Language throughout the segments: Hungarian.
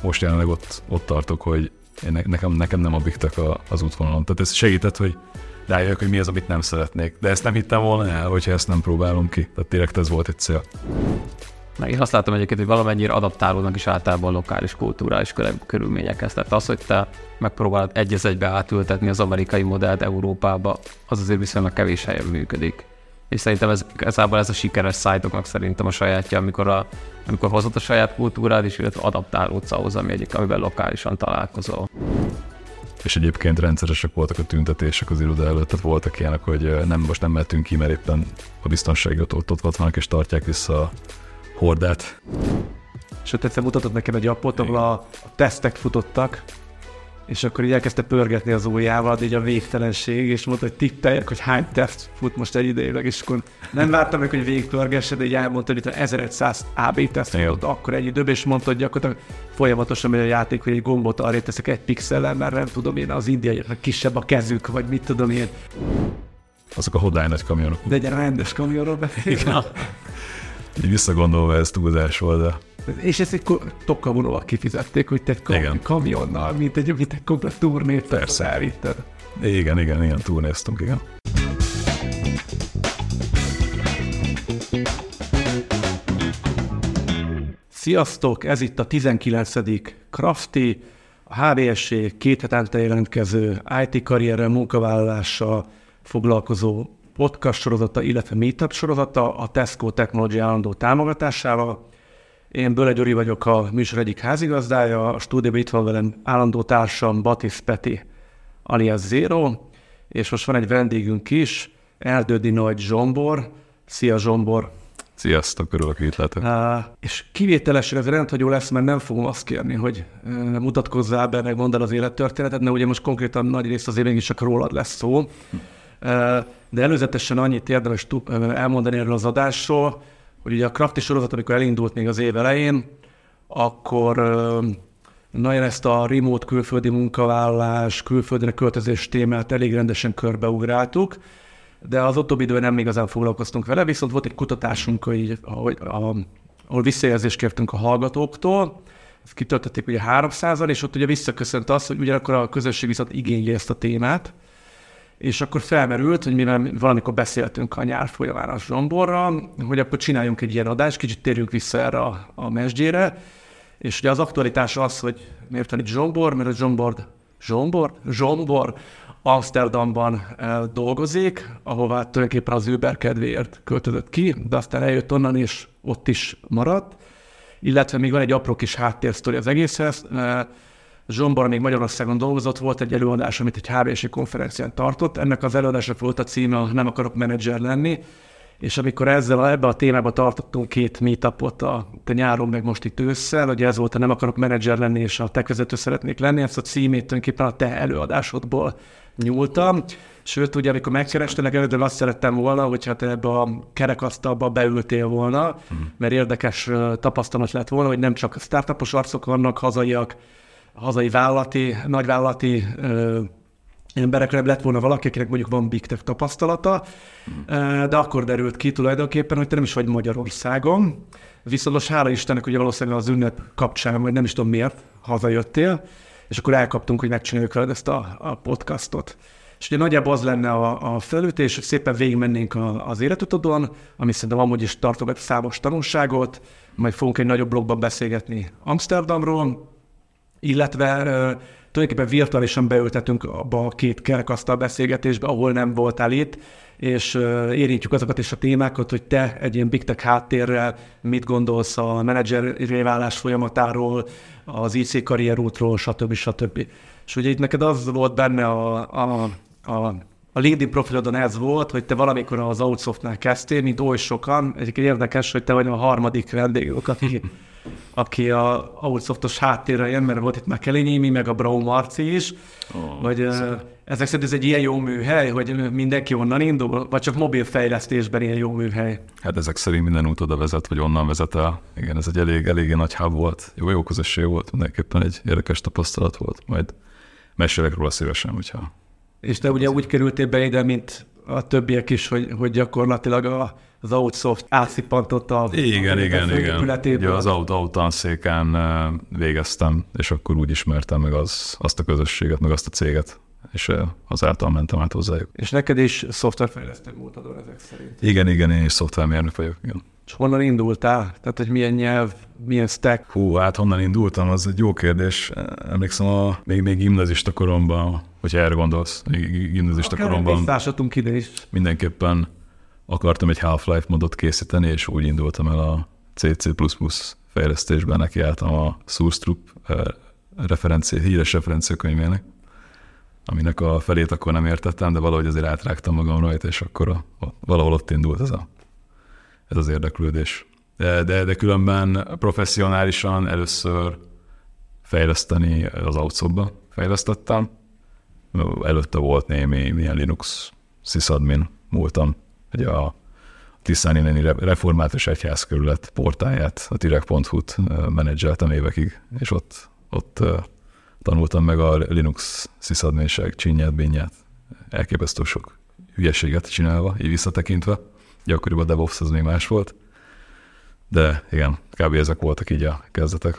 most jelenleg ott tartok, hogy nekem nem a Big Tech az útvonalon. Tehát ez segített, hogy rájöjjök, hogy mi az, amit nem szeretnék. De ezt nem hittem volna el, hogyha ezt nem próbálom ki. Tehát direkt ez volt egy cél. Meg én azt látom egyébként, hogy valamennyire adaptálódnak is általában lokális kulturális körülményekhez. Tehát az, hogy te megpróbálod egy az egybe átültetni az amerikai modellt Európába, az azért viszonylag kevés helyen működik. És szerintem ez a sikeres szájtoknak szerintem a sajátja, amikor hozod a saját kultúrád, és illetve adaptálódsz ahhoz, amiben lokálisan találkozol. És egyébként rendszeresek voltak a tüntetések az iroda előtt, tehát voltak ilyenek, hogy most nem mehetünk ki, mert éppen a biztonsági ott vannak, és tartják vissza a hordát. Sőt, egyszer mutatott nekem egy appot, ahol a tesztek futottak, és akkor így elkezdte pörgetni az ujjával, így a végtelenség, és mondta, hogy tippeljek, hogy hány teszt fut most egyidejűleg, és akkor nem vártam meg, hogy végigpörgesse, de így elmondta, hogy itt 1100 AB teszt futott akkor egy időben, és mondta, hogy gyakorlatilag folyamatosan megy a játék, hogy egy gombot arrébb teszek egy pixellel, mert nem tudom én, az indiaiaknak kisebb a kezük, vagy mit tudom én. Azok a hodály nagy kamionok. De egy rendes kamionról beszélünk. Így visszagondolva ez túlzás volt, de... És ezt egy tokkavonóval kifizették, hogy te kamionnal, mint egy komplet turnét elvitted. Igen, ilyen turnéztunk, igen. Sziasztok, ez itt a 19. Crafty, a HBSC 2 hetente jelentkező IT karrierrel, munkavállalással foglalkozó podcast sorozata, illetve meetup sorozata a Tesco Technology állandó támogatásával. Én Böle Gyuri vagyok, a műsor egyik házigazdája, a stúdióban itt van velem állandó társam Batis Peti alias Zero, és most van egy vendégünk is, Erdődi Nagy Zsombor. Szia Zsombor! Sziasztok, örülök, hogy itt lehetek. És kivételesen ez rendhagyó lesz, mert nem fogom azt kérni, hogy mutatkozzál be, meg mondd el az élettörténetet, mert ugye most konkrétan nagy rész azért mégis csak rólad lesz szó. De előzetesen annyit érdemes elmondani erről az adásról, hogy ugye a Crafty sorozat, amikor elindult még az év elején, akkor nagyon ezt a remote külföldi munkavállalás, külföldre költözés témát elég rendesen körbeugráltuk, de az utóbbi időben nem igazán foglalkoztunk vele, viszont volt egy kutatásunk, ahol visszajelzést kértünk a hallgatóktól, ezt kitöltötték ugye 300-an, és ott ugye visszaköszönt az, hogy ugyanakkor a közösség viszont igényli ezt a témát, és akkor felmerült, hogy mivel valamikor beszéltünk a nyár folyamán a Zsomborral, hogy akkor csináljunk egy ilyen adást, kicsit térjünk vissza erre a mesdjére, és ugye az aktualitás az, hogy miért van itt Zsombor, mert a Zsombor Amsterdamban dolgozik, ahová tulajdonképpen az Uber kedvéért költözött ki, de aztán eljött onnan, és ott is maradt. Illetve még van egy apró kis háttérsztori az egészhez. Zsombor még Magyarországon dolgozott, volt egy előadás, amit egy HBSC konferencián tartott. Ennek az előadásra volt a címe, nem akarok menedzser lenni, és amikor ebbe a témába tartottunk 2 meetupot a nyáron, meg most itt ősszel, ugye ez volt a nem akarok menedzser lenni, és a tech vezető szeretnék lenni, ezt a címét tulajdonképpen a te előadásodból nyúltam. Sőt, ugye amikor megkerestelek, előbb azt szerettem volna, hogyha te ebbe a kerekasztalba beültél volna, mert érdekes tapasztalat lett volna, hogy nem csak startupos arcok vannak, hazai nagyvállalati emberekre lett volna valaki, akinek mondjuk van Big Tech tapasztalata, de akkor derült ki tulajdonképpen, hogy te nem is vagy Magyarországon. Viszont most hála Istennek, ugye valószínűleg az ünnep kapcsán, vagy nem is tudom miért, hazajöttél, és akkor elkaptunk, hogy megcsináljuk veled ezt a podcastot. És ugye nagyjából az lenne a felütés, hogy szépen végigmennénk az életutadon, ami szerintem amúgy is tartogat számos tanulságot, majd fogunk egy nagyobb blogban beszélgetni Amsterdamról, illetve tulajdonképpen virtuálisan beültetünk abba a 2 kerekasztal beszélgetésbe, ahol nem voltál itt, és érintjük azokat is a témákat, hogy te egy ilyen Big Tech háttérrel mit gondolsz a menedzserré válás folyamatáról, az IC karrierútról, stb. És ugye itt neked az volt benne a LinkedIn profilodon ez volt, hogy te valamikor az Outsoftnál kezdtél, mint oly sokan. Egyébként érdekes, hogy te vagy a harmadik vendégünk, aki a Outsoftos háttérre jön, mert volt itt már Kelényémi, meg a Braun Marci is. Ezek szerint ez egy ilyen jó műhely, hogy mindenki onnan indul, vagy csak mobilfejlesztésben ilyen jó műhely? Hát ezek szerint minden út oda vezet, vagy onnan vezet el. Igen, ez egy eléggé nagy hub volt. Jó közösség volt, mindenképpen egy érdekes tapasztalat volt. Majd mesélek róla szívesen, hogyha... És te ugye úgy kerültél be ide, mint a többiek is, hogy gyakorlatilag az Outsoft átszippantotta igen. épületéből. Ugye az autótanszéken végeztem, és akkor úgy ismertem meg azt a közösséget, meg azt a céget, és azáltal mentem át hozzájuk. És neked is szoftverfejlesztő módadon ezek szerint? Igen, én is szoftvermérnök vagyok, igen. És honnan indultál? Tehát, hogy milyen nyelv, milyen stack? Hát honnan indultam, az egy jó kérdés. Emlékszem, még gimnazista koromban, hogyha erre gondolsz, gimnazista koromban ide is. Mindenképpen akartam egy Half-Life modot készíteni, és úgy indultam el a C++ fejlesztésben, nekiálltam a Source Troop híres referenciakönyvének, aminek a felét akkor nem értettem, de valahogy azért átrágtam magam rajta, és akkor valahol ott indult ez az érdeklődés. De különben professzionálisan először fejleszteni az Outsoftba fejlesztettem. Előtte volt némi milyen Linux sysadmin múltam, hogy a Tiszáni református egyházkerület portáját, a tirek.hu-t menedzseltem évekig, és ott tanultam meg a Linux sysadminság csinyát, bínyát. Elképesztő sok hülyeséget csinálva, így visszatekintve. Gyakoriban a DevOps az még más volt. De igen, kb. Ezek voltak így a kezdetek.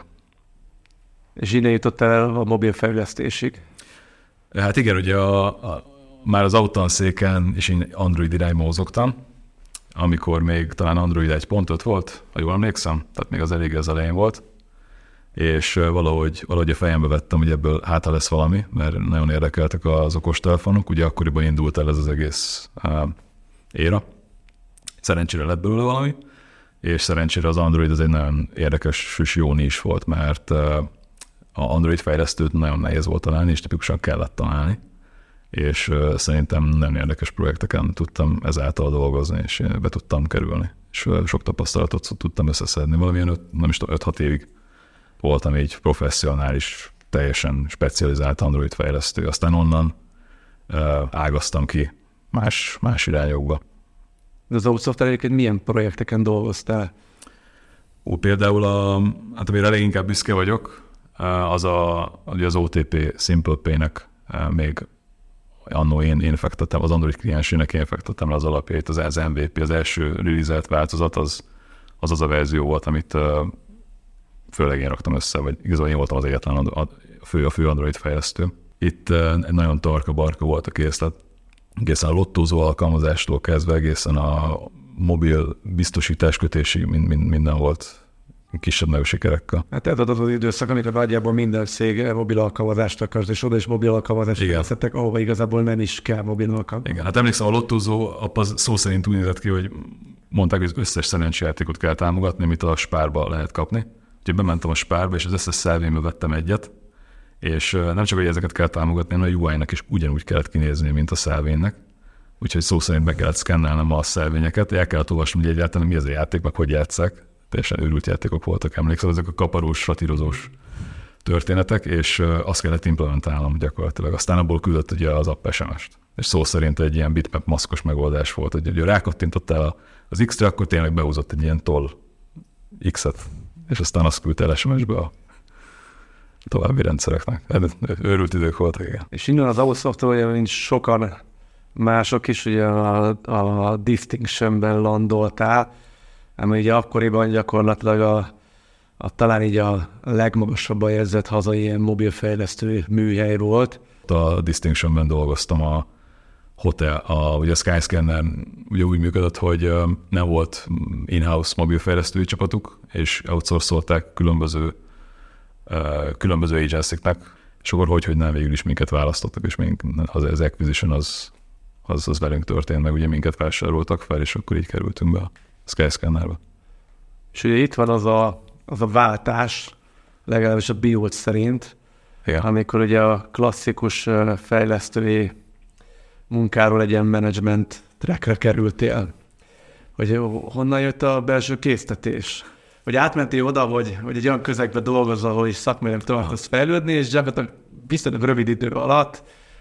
És innen jutottál el a mobil fejlesztésig? Hát igen, ugye már az autótanszéken és én Android irányba mozogtam, amikor még talán Android 1.5 volt, ha jól emlékszem, tehát még az elég az elején volt, és valahogy a fejembe vettem, hogy ebből ha lesz valami, mert nagyon érdekeltek az okostelefonok, ugye akkoriban indult el ez az egész éra. Szerencsére lett belőle valami, és szerencsére az Android az egy nagyon érdekes és jó nis volt, mert a Android fejlesztőt nagyon nehéz volt találni, és tipikusan kellett találni, és szerintem nagyon érdekes projekteken tudtam ezáltal dolgozni, és be tudtam kerülni, és sok tapasztalatot tudtam összeszedni. Valamilyen 5-6 évig voltam így professzionális, teljesen specializált Android fejlesztő, aztán onnan ágaztam ki más irányokba. De az Outsoft egyébként milyen projekteken dolgoztál? Például, amire leginkább büszke vagyok, az OTP Simple Pay-nek még annó én fektettem, az Android kliensének én fektettem le az alapjait, az MVP, az első release-elt változat, az a verzió volt, amit főleg én raktam össze, vagy igazából én voltam az egyetlen a fő Android fejlesztő. Itt egy nagyon tarka-barka volt a készlet, egészen a lottózó alkalmazástól kezdve egészen a mobil biztosításkötésig minden volt kisebb-nagyobb sikerekkel. Hát ez az időszak, amikor nagyjából minden cég mobil alkalmazást akart, és oda is mobil alkalmazást fejlesztettek, ahova igazából nem is kell mobil alkalmazás. Igen, hát emlékszem, a lottózó az szó szerint úgy nézett ki, hogy mondták, hogy az összes szerencsejátékot kell támogatni, amit a Spárba lehet kapni. Úgyhogy bementem a Spárba, és az összes szelvényből vettem egyet, és nem csak, hogy ezeket kell támogatni, hanem a UI-nak is ugyanúgy kellett kinézni, mint a szelvénynek. Úgyhogy szó szerint be kellett szkennelnem a szelvényeket, el kellett olvasni, hogy egyáltalán mi az a játék, meg hogy játsszák. Teljesen őrült játékok voltak, emlékszem, ezek a kaparós, satírozós történetek, és azt kellett implementálnom gyakorlatilag. Aztán abból küldött ugye az app SMS-t. És szó szerint egy ilyen bitmap maszkos megoldás volt, hogy ugye rákattintottál az X-re, akkor tényleg behúzott egy ilyen toll X-et, és aztán azt küldte el SMS-be a további rendszereknek. Őrült idők voltak, igen. És innen az Outsoft-tól, mint sokan mások is, ugye a Distinction-ben landoltál, ami ugye akkoriban gyakorlatilag talán így a legmagasabban érzett hazai ilyen mobilfejlesztő műhely volt. A Distinction-ben dolgoztam a hotel, ugye a Skyscanner ugye úgy működött, hogy nem volt in-house mobilfejlesztői csapatuk, és outsourcolták különböző agency-knek, és akkor hogy nem, végül is minket választottak, és az acquisition az velünk történt, meg ugye minket vásároltak fel, és akkor így kerültünk be a Skyscannerbe. És ugye itt van az a váltás, legalábbis a BIOS szerint, igen, amikor ugye a klasszikus fejlesztői munkáról egy ilyen management trackre kerültél. Hogy honnan jött a belső késztetés? Hogy átmentél oda, hogy egy olyan közegbe dolgozol, ahol is szakmailag tartasz fejlődni, és gyakorlatilag viszonylag rövid idő alatt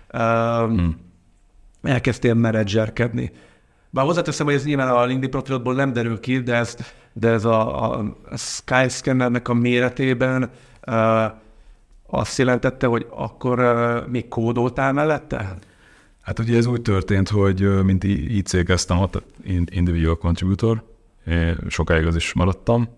elkezdtél menedzserkedni. Bár hozzáteszem, hogy ez nyilván a LinkedIn profilodból nem derül ki, de ez a Skyscannernek a méretében azt jelentette, hogy akkor még kódoltál mellette? Hát ugye ez úgy történt, hogy mint így cégeztem, individual contributor, sokáig az is maradtam.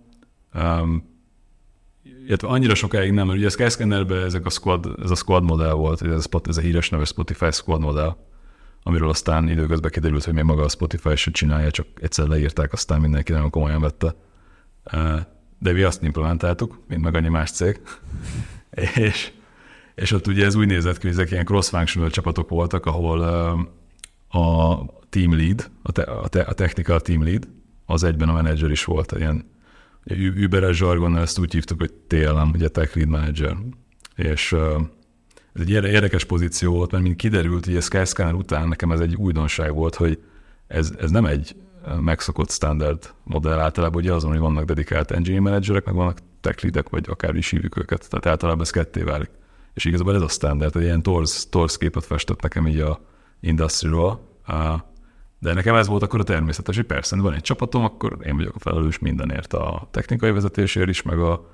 Illetve annyira sokáig nem, mert ugye a Skyscannerben ez a squad modell volt, ez a híres neve Spotify squad modell, amiről aztán időközben kiderült, hogy még maga a Spotify se csinálja, csak egyszer leírták, aztán mindenki nagyon komolyan vette. De mi azt implementáltuk, mint meg annyi más cég. és ott ugye ez úgy nézett ki, hogy ezek ilyen cross-functional csapatok voltak, ahol a team lead, a technical team lead, az egyben a manager is volt, ilyen Uber-es zsargonnal ezt úgy hívtuk, hogy TLM, ugye Tech Lead Manager. És ez egy érdekes pozíció volt, mert mint kiderült, hogy a Skyscanner után nekem ez egy újdonság volt, hogy ez nem egy megszokott standard modell általában, ugye azon, hogy vannak dedikált engineering managerek, meg vannak tech leadek, vagy akár is hívjuk őket, tehát általában ez ketté válik. És igazából ez a standard, egy ilyen torz képet festett nekem így a industry-ról, de nekem ez volt akkor a természetes, hogy persze, van egy csapatom, akkor én vagyok a felelős mindenért, a technikai vezetésért is,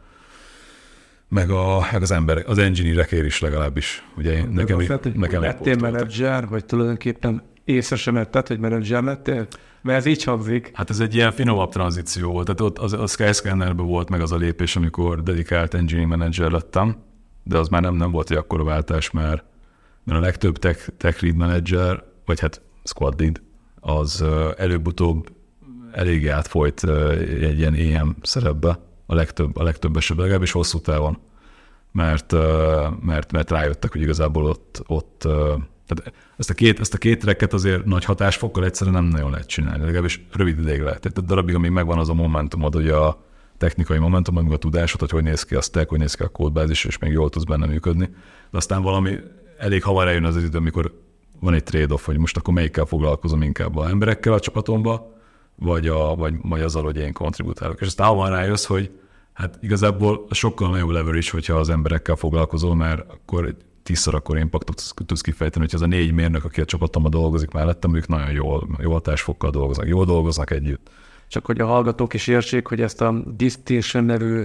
meg az emberek, az engineerekért is legalábbis. Ugye nekem lettél menedzser, vagy tulajdonképpen észre sem etted, hogy menedzser lettél? Mert ez így hangzik. Hát ez egy ilyen finomabb tranzíció volt. Tehát ott a Skyscannerben volt meg az a lépés, amikor dedikált engineering manager lettem, de az már nem volt egy akkora váltás, mert a legtöbb tech lead manager, vagy hát squad lead, az előbb-utóbb eléggé átfolyt egy ilyen EM szerepbe, a legtöbb esetben, legalábbis hosszú távon, mert rájöttek, hogy igazából ott tehát ezt a két tracket azért nagy hatásfokkal egyszerűen nem nagyon lehet csinálni, legalábbis rövid ideig lehet. Tehát a darabig, amíg megvan az a momentumod, hogy a technikai momentum, meg a tudásod, hogy néz ki a stack, hogy néz ki a kódbázis, és még jól tudsz benne működni. De aztán valami elég hamar eljön az idő, amikor van egy trade-off, hogy most akkor melyikkel foglalkozom inkább, az emberekkel a csapatomba, vagy azzal, hogy én kontribútálok. És aztán hamar rájössz, hogy hát igazából sokkal nagyobb leverage, hogyha az emberekkel foglalkozol, mert akkor 10-szor akkor impactot tudsz kifejteni, hogy az a 4 mérnök, aki a csapatomban dolgozik mellettem, ők nagyon jó hatásfokkal dolgoznak, jól dolgoznak együtt. Csak hogy a hallgatók is értsék, hogy ezt a Distinction nevű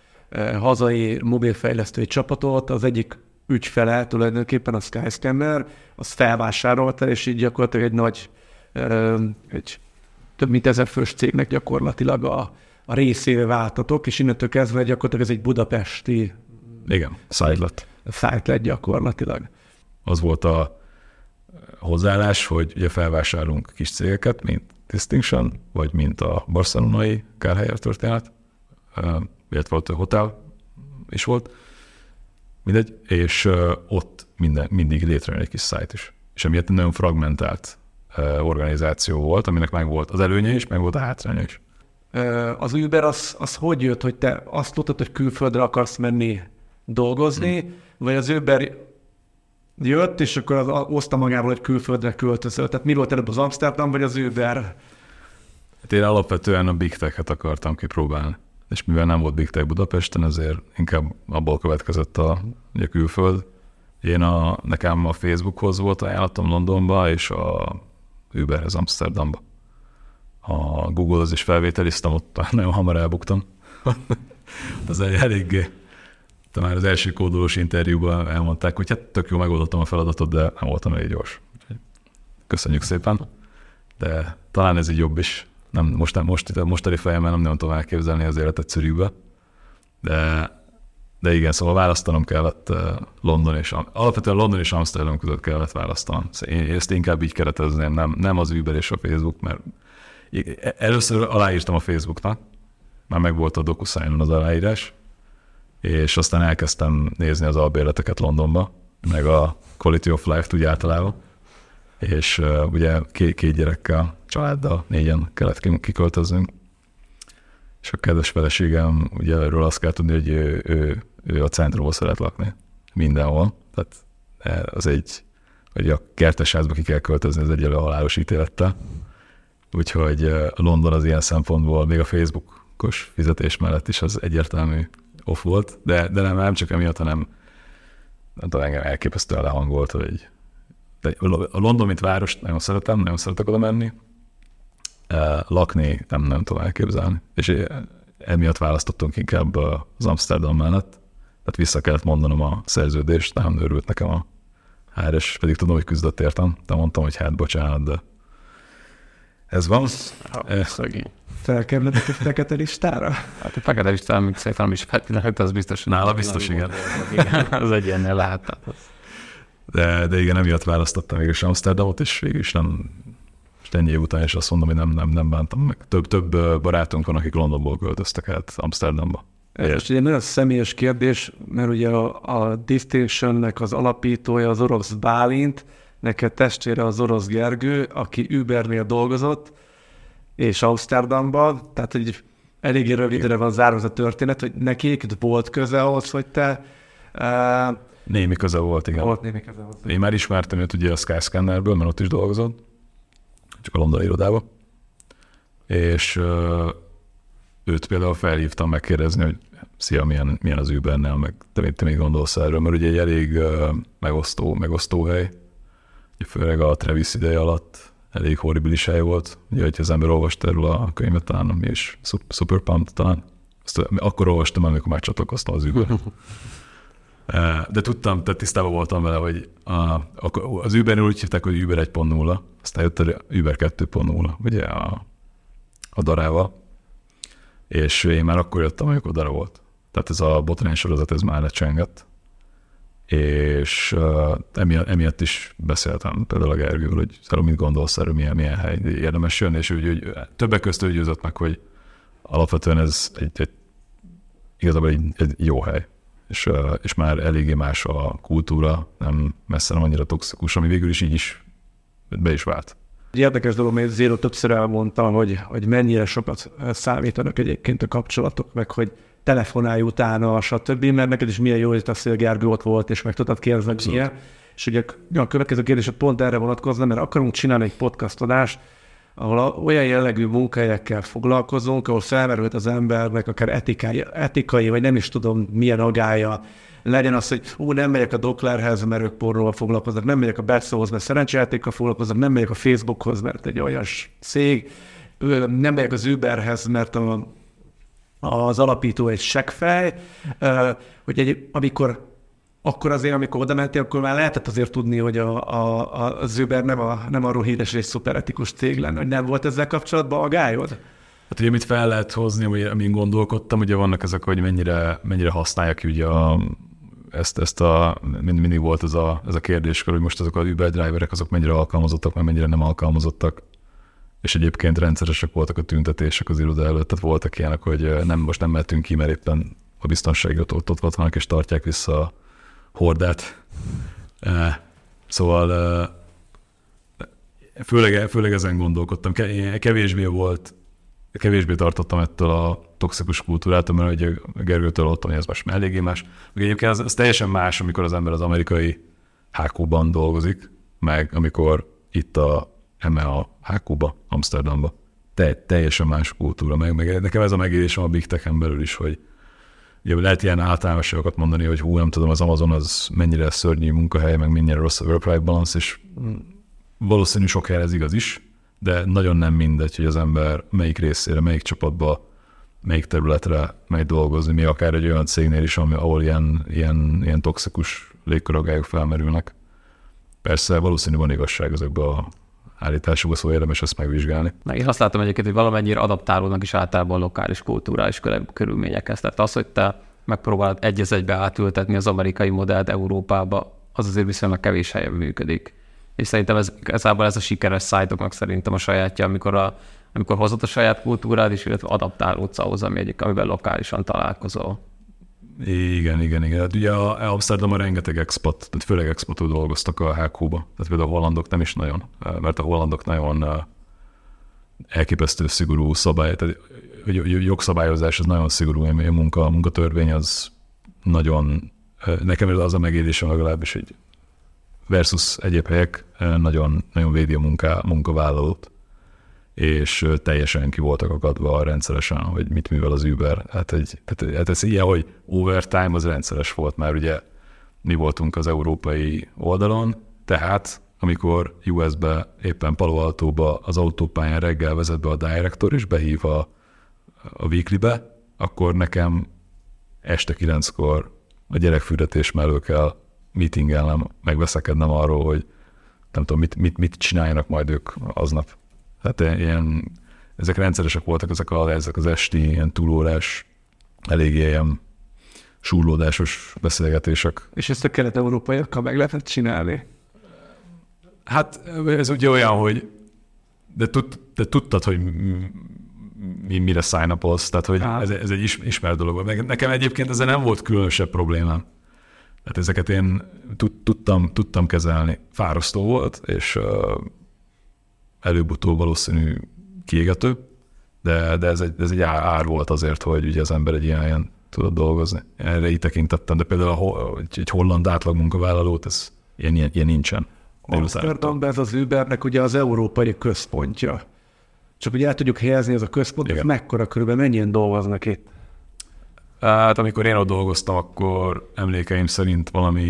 hazai mobilfejlesztői csapatot az egyik ügyfele, tulajdonképpen a Skyscanner, az felvásárolta, és így gyakorlatilag egy nagy, egy több mint 1000 fős cégnek gyakorlatilag a részévé váltatok, és innentől kezdve gyakorlatilag ez egy budapesti site lett gyakorlatilag. Az volt a hozzáállás, hogy ugye felvásárolunk kis cégeket, mint Distinction, vagy mint a barcelonai Kárhelyer történet, illetve ott a hotel is volt, mindegy, és ott mindig létrejön egy kis site is. És emiatt nagyon fragmentált organizáció volt, aminek meg volt az előnye is, meg volt a hátránya is. Az Uber az hogy jött, hogy te azt tudtad, hogy külföldre akarsz menni dolgozni, vagy az Uber jött, és akkor az hozta magából, hogy külföldre költözöl. Tehát mi volt előbb, az Amsterdam, vagy az Uber? Hát én alapvetően a Big Tech-et akartam kipróbálni. És mivel nem volt Big Tech Budapesten, ezért inkább abból következett a külföld. Nekem a Facebookhoz volt ajánlatom Londonba, és a Uberhez Amsterdamba. A Google-hoz is felvételiztem, ott nagyon hamar elbuktam. Az eléggé. De már az első kódolós interjúban elmondták, hogy hát tök jó megoldottam a feladatot, de nem voltam elég gyors. Köszönjük szépen. De talán ez így jobb is. Nem, mostani fejemmel nem nagyon tudom elképzelni az életet Zürichbe. De igen, szóval választanom kellett alapvetően London és Amsterdam között kellett választanom. Én ezt inkább így keretezném, nem az Uber és a Facebook, mert először aláírtam a Facebooknak, már meg volt a DocuSign-on az aláírás, és aztán elkezdtem nézni az albérleteket Londonba, meg a Quality of Life-t úgy általában, és ugye két gyerekkel, családdal, 4-en kellett kiköltöznünk, és a kedves feleségem, ugye erről azt kell tudni, hogy ő a centrumban szeret lakni, mindenhol, tehát hogy a kertesházba ki kell költözni, ez egyelő halálos ítélettel, úgyhogy London az ilyen szempontból, még a Facebookos fizetés mellett is az egyértelmű off volt, de nem csak emiatt, hanem engem elképesztően lehangolt, hogy a London, mint város nagyon szeretem, nagyon szeretek oda menni, lakni nem tudom elképzelni, és emiatt választottunk inkább az Amsterdam mellett, tehát vissza kellett mondanom a szerződést, nem örült nekem a HRS pedig tudom, hogy küzdött értem, de mondtam, hogy hát bocsánat, de ez van. Szegény. Felkerülnek a fekete listára? Hát a fekete listára még szerintem is felkerülnek, az biztos. Nála biztos, igen. Az egy ilyennél lehet. De igen, emiatt választottam végül Amsterdamot, és végül is nem, és ennyi év után is azt mondom, hogy nem bántam meg. Több barátunk van, akik Londonból költöztek át Amsterdamba. Ez most egy nagyon személyes kérdés, mert ugye a Distinction-nek az alapítója az orosz Bálint, neked testvére az orosz Gergő, aki Ubernél dolgozott, és Amsterdamban, tehát hogy eléggé rövidre van zárva az a történet, hogy nekik volt köze ahhoz, hogy te... Némi köze volt, igen. Volt némi köze hozzá. Én már ismertem őt ugye a Skyscannerből, mert ott is dolgozott, csak a londoni irodában, és őt például felhívtam megkérdezni, hogy szia, milyen az Ubernél, meg te mit gondolsz erről, mert ugye egy elég megosztó hely, főleg a Travis ideje alatt elég horribilis hely volt. Ugye, hogyha az ember olvasta erről a könyvet, talán mi is Super Pumped talán. Azt akkor olvastam, amikor már csatlakoztam az Uber. De tudtam, tehát tisztában voltam vele, hogy az Ubernél úgy hívták, hogy Uber 1.0, aztán jött a Uber 2.0, ugye a darával, és én már akkor jöttem, amikor dara volt. Tehát ez a botrány sorozat, ez már lecsengett. És emiatt is beszéltem például a Gergővel, hogy szerintem mit gondolsz erről, milyen hely érdemes jönni, és úgy többek között ő győzött meg, hogy alapvetően ez igazából egy jó hely, és már eléggé más a kultúra, messze nem annyira toxikus, ami végül is így is be is vált. Érdekes dolog, mert Zero többször elmondta, hogy mennyire sokat számítanak egyébként a kapcsolatok, meg hogy telefonálj utána, stb., mert neked is milyen jó, hogy a Gergő ott volt, és meg tudtad kérdezni ilyen. És ugye a következő kérdés pont erre vonatkozna, mert akarunk csinálni egy podcastodást, ahol olyan jellegű munkahelyekkel foglalkozunk, ahol felmerült az embernek akár etikai, vagy nem is tudom milyen agálya, legyen az, hogy nem megyek a Doklerhez, mert ők pornóval foglalkoznak, nem megyek a Betszóhoz, mert szerencsejátékkal foglalkoznak, nem megyek a Facebookhoz, mert egy olyan cég, nem megyek az Uberhez, mert az alapító egy seggfej, hogy akkor azért, amikor oda mentél, akkor már lehetett azért tudni, hogy az Uber nem arról híres, hogy egy szuperetikus cég lenne, hogy nem volt ezzel kapcsolatban agályod? Hát ugye mit fel lehet hozni, amin gondolkodtam, ugye vannak ezek, hogy mennyire használják ki ugye mindig volt ez a kérdéskör, hogy most azok az Uber driverek, azok mennyire alkalmazottak, meg mennyire nem alkalmazottak. És egyébként rendszeresek voltak a tüntetések az iroda előtt, tehát voltak ilyenek, hogy most nem mehetünk ki, mert éppen a biztonságra ott vannak, és tartják vissza a hordát. Szóval főleg ezen gondolkodtam. Kevésbé tartottam ettől a toxikus kultúrától, mert ugye Gergőtől ott, hogy ez most már eléggé más. Egyébként ez teljesen más, amikor az ember az amerikai HQ-ban dolgozik, meg amikor itt a HQ-ba, Amsterdamba. Teljesen más kultúra. Meg nekem ez a megélésem a Big Tech-en belül is, hogy ugye lehet ilyen általánosságokat mondani, hogy nem tudom, az Amazon az mennyire szörnyű munkahely, meg mennyire rossz a work-life balance, és valószínű sok helyen ez igaz is, de nagyon nem mindegy, hogy az ember melyik részére, melyik csapatba, melyik területre megy dolgozni, még akár egy olyan cégnél is, ahol ilyen toxikus légköraggályok felmerülnek. Persze valószínű van igazság ezekben a állításokban, szóval érdemes ezt megvizsgálni. Én azt látom egyébként, hogy valamennyire adaptálódnak is általában a lokális kulturális körülményekhez. Tehát az, hogy te megpróbálod egy az egybe átültetni az amerikai modellt Európába, az azért viszonylag kevés helyen működik. És szerintem ez a sikeres szájtoknak szerintem a sajátja, amikor hozod a saját kultúrád is, illetve adaptálódsz ahhoz, amiben lokálisan találkozol. Igen. Hát ugye Amsterdamban rengeteg expat, tehát főleg expatok dolgoztak a HQ-ba. Tehát például a hollandok nem is nagyon, mert a hollandok nagyon elképesztő szigorú szabály, tehát jogszabályozás az nagyon szigorú, a munkatörvény az nagyon, nekem az a megélésem legalábbis, hogy versus egyéb helyek nagyon, nagyon védi a munkavállalót, és teljesen ki voltak akadva rendszeresen, hogy mit művel az Uber. Hát ez ilyen, hogy overtime az rendszeres volt, már ugye mi voltunk az európai oldalon, tehát amikor US-be, éppen Palo Altóba az autópályán reggel vezet be a director, és behív a weeklybe, akkor nekem este 9-kor a gyerekfürdetés mellől kell meetingelnem, megbeszekednem arról, hogy nem tudom, mit csináljanak majd ők aznap. Tehát ilyen, ezek rendszeresek voltak, ezek az esti ilyen túlórás, eléggé ilyen súrlódásos beszélgetések. És ezt a kelet-európaiakkal meg lehetett csinálni? Hát ez ugye olyan, hogy de tudtad, hogy mire sign-upolsz, tehát hogy ez egy ismert dolog. Meg nekem egyébként ezzel nem volt különösebb problémám. Tehát ezeket én tudtam kezelni. Fárasztó volt, és előbb-utóbb valószínű kiégető, de ez egy ár volt azért, hogy ugye az ember egy ilyen tudott dolgozni. Erre így tekintettem, de például egy holland átlag munkavállalót, ez ilyen nincsen. Amsterdamban ez az Ubernek ugye az európai központja. Csak ugye el tudjuk helyezni, ez a központ, ez mekkora körülbelül, mennyien dolgoznak itt? Hát amikor én ott dolgoztam, akkor emlékeim szerint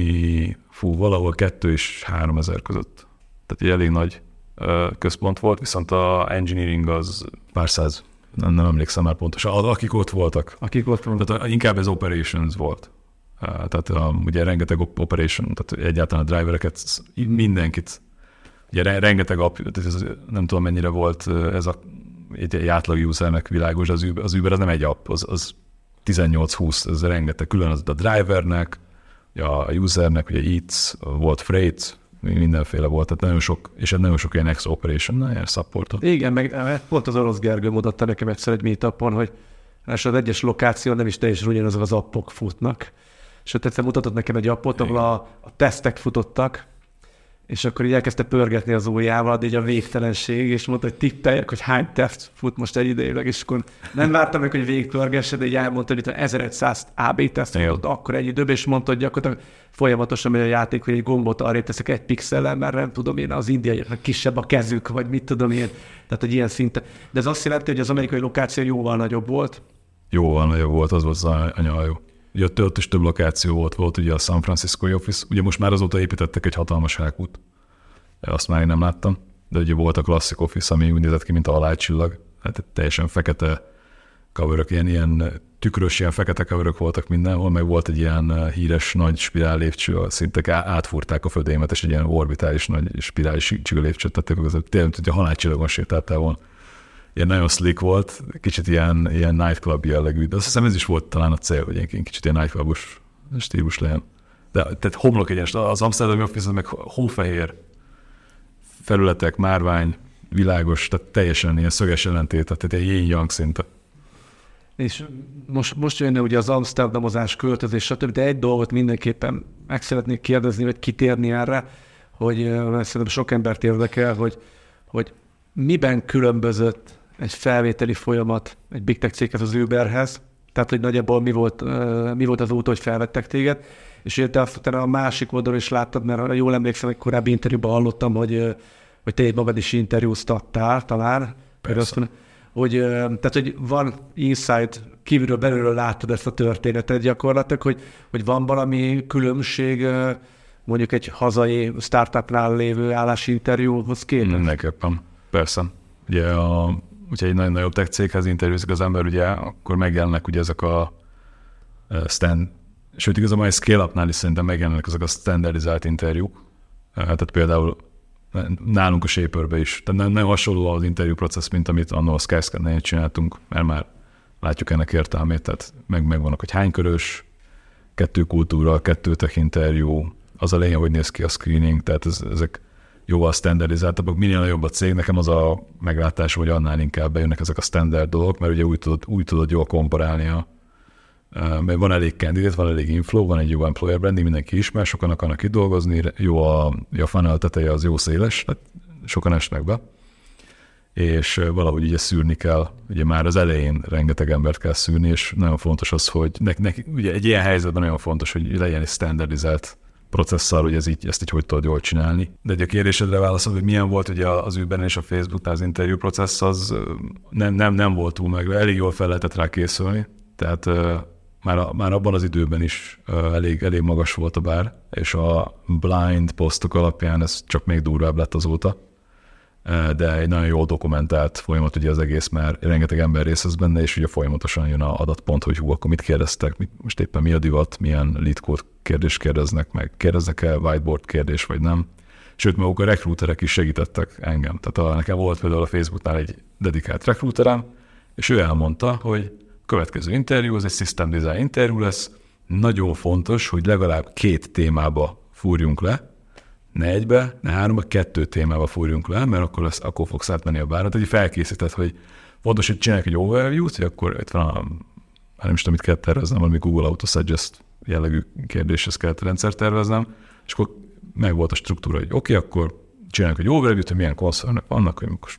valahol 2 és 3 ezer között. Tehát egy elég nagy központ volt, viszont a engineering az pár száz, nem emlékszem már pontosan, akik ott voltak. Tehát inkább ez operations volt. Tehát ugye rengeteg operation, tehát egyáltalán a drivereket, mindenkit, ugye rengeteg nem tudom mennyire volt ez egy átlag usernek világos, az Uber az nem egy app, az 18-20, ez rengeteg, külön az a drivernek, a usernek, ugye Eats, volt Freight, mindenféle volt, tehát nagyon sok, és nagyon sok ilyen extra operation, ilyen supportot. Igen, meg pont az Orosz Gergő mutatta nekem egyszer egy meetupon, hogy az egyes lokáció nem is teljesen ugyanazok az appok futnak. És ott egyszer mutatott nekem egy appot, ahol a tesztek futottak, és akkor így elkezdte pörgetni az ujjával, de így a végtelenség, és mondta, hogy tippeljek, hogy hány teszt fut most egyidejűleg, és akkor nem vártam meg, hogy végigpörgesse, de így elmondta, hogy itt 1100 AB teszt futott akkor egy időben, és mondta, hogy gyakorlatilag folyamatosan megy a játék, hogy egy gombot arrébb teszek egy pixellel, mert nem tudom én, az indiaiaknak kisebb a kezük, vagy mit tudom én, tehát egy ilyen szinten. De ez azt jelenti, hogy az amerikai lokáció jóval nagyobb volt? Jóval nagyobb volt, az volt az anyahajó. Ugye ott is több lokáció volt ugye a San Francisco Office, ugye most már azóta építettek egy hatalmas hákút, azt már én nem láttam, de ugye volt a Classic Office, ami úgy nézett ki, mint a halálcsillag, hát teljesen fekete coverök, ilyen tükrös, ilyen fekete coverök voltak mindenhol, meg volt egy ilyen híres nagy spirál lépcső, szinte átfúrták a födémet, és egy ilyen orbitális nagy spirális lépcsőt tettek, tényleg, hogy a halálcsillagon sétáltál volna. Ilyen nagyon slick volt, kicsit ilyen nightclub jellegű, de azt hiszem ez is volt talán a cél, hogy egy kicsit ilyen nightclubos stílus legyen. De tehát homlok egyenes, az Amsterdam Office meg hófehér felületek, márvány, világos, tehát teljesen ilyen szöges ellentét, tehát egy yin-yang szinte. És most jönne ugye az amsterdamozás, költözés, stb., de egy dolgot mindenképpen meg szeretnék kérdezni, vagy kitérni erre, hogy szerintem sok embert érdekel, hogy miben különbözött egy felvételi folyamat egy big tech céghez az Uberhez, tehát hogy nagyjából mi volt az út, hogy felvettek téged, és te azt a másik oldalon is láttad, mert jól emlékszem, hogy korábbi interjúban hallottam, hogy te egy magad is interjúztattál talán. Persze. Tehát, hogy van inside, kívülről, belülről láttad ezt a történetet gyakorlatilag, hogy van valami különbség mondjuk egy hazai startupnál lévő állásinterjúhoz képest? Mindenképpen, persze. Ugye, hogyha egy nagyon nagyobb tech céghez interjúzik az ember, ugye, akkor megjelennek ugye ezek a sőt, igazából egy scale-upnál is szerintem megjelennek ezek a standardizált interjúk. Tehát például nálunk a Shaperbe is. Tehát nagyon hasonló az interjú processz, mint amit annól a Skyscanner-nél csináltunk, mert már látjuk ennek értelmét, tehát megvannak, hogy hány körös, 2 kultúra, 2 tech interjú, az a lényeg, hogy néz ki a screening, tehát ezek jóval standardizáltabbak. Minél nagyobb a cég, nekem az a meglátásom, hogy annál inkább bejönnek ezek a standard dolgok, mert ugye úgy tudod jól komparálni mert van elég candidate, van elég inflow, van egy jó employer branding, mindenki ismer, sokan akarnak itt dolgozni, jó a funnel teteje az jó széles, tehát sokan esnek be, és valahogy ugye szűrni kell, ugye már az elején rengeteg embert kell szűrni, és nagyon fontos az, hogy ugye egy ilyen helyzetben nagyon fontos, hogy legyen egy standardizált processzor, hogy ezt így hogy tudod jól csinálni. De egy a kérdésedre válaszol, hogy milyen volt ugye az Uberen és a Facebooknál az interjú processz, az nem volt túl meg, elég jól fel lehetett rá készülni, tehát már abban az időben is elég magas volt a bár, és a blind posztok alapján ez csak még durvább lett azóta. de egy nagyon jól dokumentált folyamat ugye az egész, mert rengeteg ember részt vesz benne, és ugye folyamatosan jön a adattpont, hogy akkor mit kérdeztek, most éppen mi a divat, milyen lead code kérdést kérdeznek meg, kérdeznek-e whiteboard kérdés, vagy nem. Sőt, maguk a recruiterek is segítettek engem. Tehát nekem volt például a Facebooknál egy dedikált recruiterem, és ő elmondta, hogy a következő interjú, az egy system design interjú lesz, nagyon fontos, hogy legalább 2 témába fúrjunk le, ne egybe, ne 3-ba, 2 témába fúrjunk le, mert akkor fogsz átmenni a bárra. Tehát így felkészített, hogy fontos, hogy csinálják egy overview-t, hogy akkor itt van nem is tudom, mit kell terveznem, valami Google Auto-Suggest jellegű kérdéshez kellett rendszer terveznem, és akkor meg volt a struktúra, hogy oké, akkor csináljuk egy overview-t, hogy milyen concernok vannak, hogy most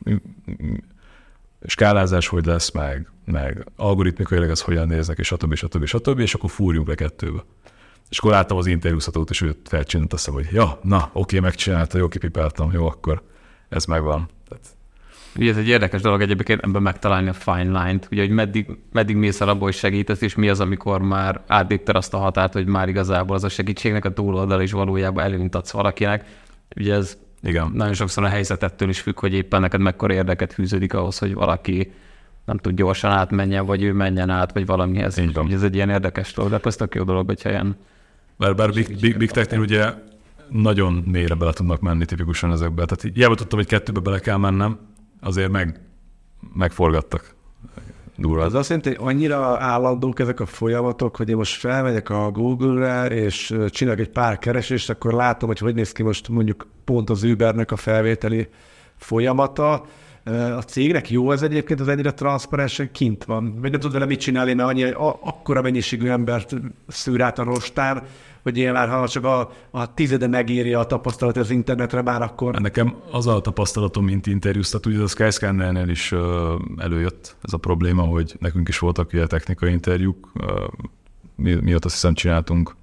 skálázás hogy lesz, meg algoritmikailag ez hogyan néznek, és stb. És akkor fúrjunk le 2-be. És akkor láttam az interjúztatót, és őt felcsinált, azt mondom, hogy ja, na, oké, megcsinálta, jó, kipipáltam, jó, akkor ez megvan. Tehát... Ugye ez egy érdekes dolog egyébként ebben megtalálni a fine line-t, ugye, hogy meddig mész el abból, hogy segítesz, és mi az, amikor már átlépted azt a határt, hogy már igazából az a segítségnek a túloldal is valójában előnyt adsz valakinek. Ugye ez igen. Nagyon sokszor a helyzetettől is függ, hogy éppen neked mekkora érdeket fűződik ahhoz, hogy valaki nem tud gyorsan átmenjen, vagy ő menjen át, vagy valamihez. Ugye ez egy ilyen érdekes dolog, de ez tök jó dolog, hogyha ilyen... Bár Big Tech-nél ugye nagyon mélyre bele tudnak menni tipikusan ezekbe. Tehát hiába tudtam, hogy 2-be bele kell mennem, azért megforgattak. Durva. Az azt jelenti, hogy annyira állandók ezek a folyamatok, hogy én most felmegyek a Google-re, és csinálok egy pár keresést, akkor látom, hogy néz ki most mondjuk pont az Ubernek a felvételi folyamata. A cégnek jó ez egyébként, az ennyire transzparensen kint van. Vagy nem tud vele mit csinálni, mert akkora mennyiségű embert szűr át a rostán, hogy én már, ha csak a 10 megírja a tapasztalat az internetre, már akkor... Nekem az a tapasztalatom, mint interjúztat, ugye a Skyscanner-nél is előjött ez a probléma, hogy nekünk is voltak ilyen technikai interjúk, miatt azt hiszem csináltunk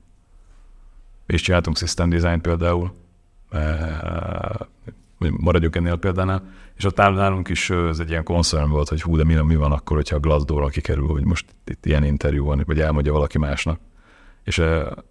system design például, maradjuk ennél a példánál, és ott nálunk is ez egy ilyen concern volt, hogy hú, de mi van akkor, hogyha a Glassdoor-ról kikerül, hogy most itt ilyen interjú van, vagy elmondja valaki másnak. És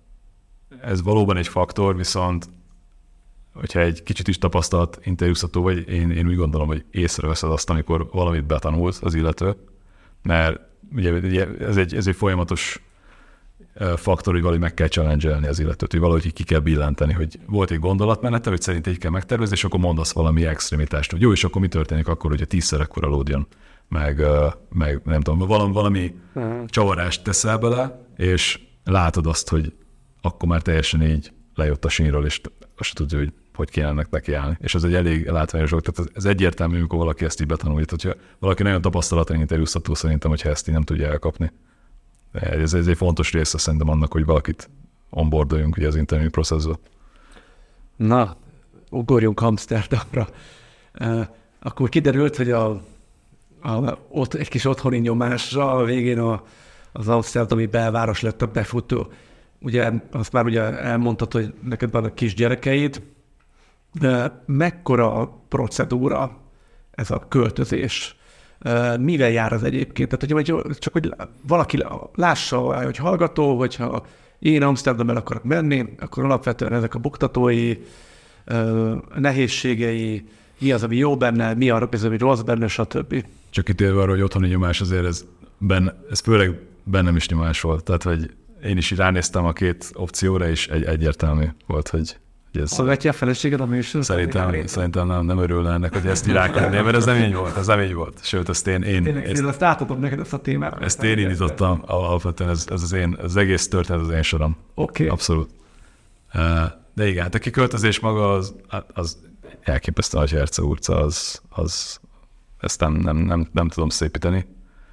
ez valóban egy faktor, viszont hogyha egy kicsit is tapasztalt interjúztató vagy, én úgy gondolom, hogy észreveszed azt, amikor valamit betanult az illető, mert ugye ez egy folyamatos faktor, hogy valahogy meg kell challenge-elni az illetőt, hogy valahogy ki kell billenteni, hogy volt egy gondolatmenete, hogy szerint így kell megtervezni, és akkor mondasz valami extrémitást, hogy jó, és akkor mi történik akkor, hogyha 10-szer ekkora load jön, meg nem tudom, valami csavarást teszel bele, és látod azt, hogy akkor már teljesen így lejött a sínről, és azt tudja, hogy kéne ennek nekiállni. És ez egy elég látványos dolog, tehát ez egyértelmű, amikor valaki ezt így betanulja. Tehát, hogyha valaki nagyon tapasztalatlan interjúztató, szerintem, hogyha ezt így nem tudja elkapni. Ez egy fontos része szerintem annak, hogy valakit onboardoljunk ugye az interview processbe. Na, ugorjunk Amsterdamra. Akkor kiderült, hogy ott egy kis otthoni nyomásra a végén az amsterdami belváros lett a befutó. Ugye azt már ugye elmondtad, hogy neked vannak kisgyerekeid, de mekkora procedúra ez a költözés? Mivel jár az egyébként? Tehát, hogy csak hogy valaki lássa, hogy hallgató, hogyha én Amsterdamben akarok menni, akkor alapvetően ezek a buktatói, nehézségei, mi az, ami jó benne, mi az, ami rossz benne, stb. Csak kitérve arra, hogy otthoni nyomás azért ez főleg bennem is nyomás volt. Tehát, hogy én is ránéztem a 2 opcióra, és egyértelmű volt, hogy ez... Szolgáltja a feleséged a műsor? Szerintem nem örülne ennek, hogy ezt így rákennél, mert ez nem így volt. Sőt, ezt én azt átadom neked ezt a témát. Ezt én indítottam, alapvetően az egész történet az én sorom. Oké. Abszolút. De igen, hát a kiköltözés maga az elképesztő nagy herceurca, ezt nem tudom szépíteni.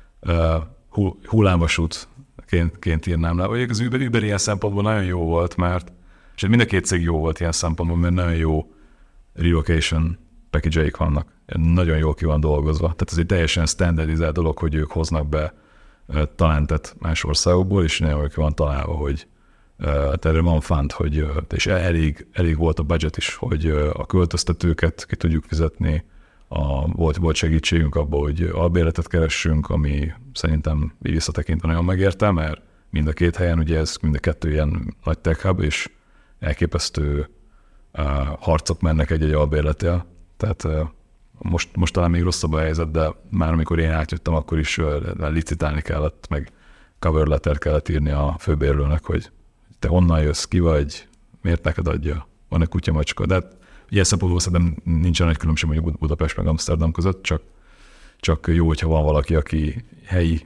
Hullámvasútként írnám le. Az Uber ilyen szempontból nagyon jó volt, mert és mind a 2 cég jó volt ilyen szempontból, mert nagyon jó relocation package-eik vannak. Nagyon jól ki van dolgozva. Tehát ez egy teljesen standardizált dolog, hogy ők hoznak be talentet más országokból, és nagyon jól ki van találva, hogy erre van fund, és elég volt a budget is, hogy a költöztetőket ki tudjuk fizetni. Volt segítségünk abban, hogy albérletet keressünk, ami szerintem így visszatekintve nagyon megérte, mert mind a 2 helyen, ugye ez mind a 2 ilyen nagy tech hub, és elképesztő harcok mennek egy albérlettel. Tehát Most talán még rosszabb a helyzet, de már amikor én átjöttem, akkor is licitálni kellett, meg cover letter kellett írni a főbérlőnek, hogy te honnan jössz, ki vagy, miért neked adja, van egy kutya, macska. De hát ilyen szempontból szerintem nincsen nagy különbség mondjuk Budapest meg Amsterdam között, csak jó, hogyha van valaki, aki helyi,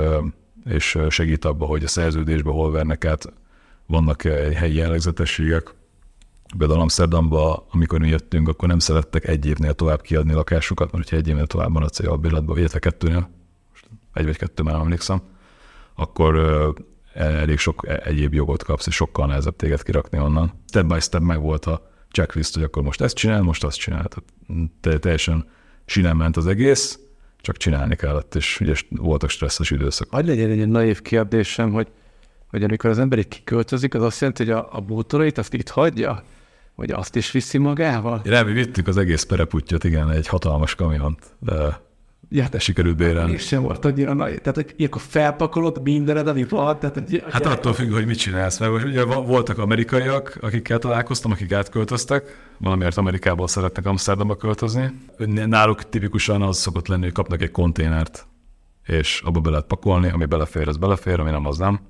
és segít abba, hogy a szerződésbe hol vernek át, vannak helyi jellegzetességek. Például Amsterdamba, amikor mi jöttünk, akkor nem szerettek egy évnél tovább kiadni lakásokat, mert hogyha egy évnél tovább maradsz egy albérletben, illetve 2-nél, egy vagy 2 már nem emlékszem, akkor elég sok egyéb jogot kapsz, és sokkal nehezebb téged kirakni onnan. Step by step meg volt a checklist, hogy akkor most ezt csinál, most azt csinál. Tehát teljesen sinem ment az egész, csak csinálni kellett, és ugye voltak stresszes időszak. Hadd legyen egy naív kérdésem, hogy amikor az ember itt kiköltözik, az azt jelenti, hogy a bútorait azt itt hagyja? Vagy azt is viszi magával? Nem, mi vittük az egész pereputtyot, igen, egy hatalmas kamiont, de sikerült bérelni. És sem volt annyira nagy. Tehát, hogy ilyenkor felpakolod mindened, ami van. Hát attól függ, hogy mit csinálsz. Mert ugye voltak amerikaiak, akikkel találkoztam, akik átköltöztek, valamiért Amerikából szeretnek Amsterdamba költözni. Náluk tipikusan az szokott lenni, hogy kapnak egy konténert, és abba be lehet pakolni, ami belefér, az belefér, ami nem, az nem.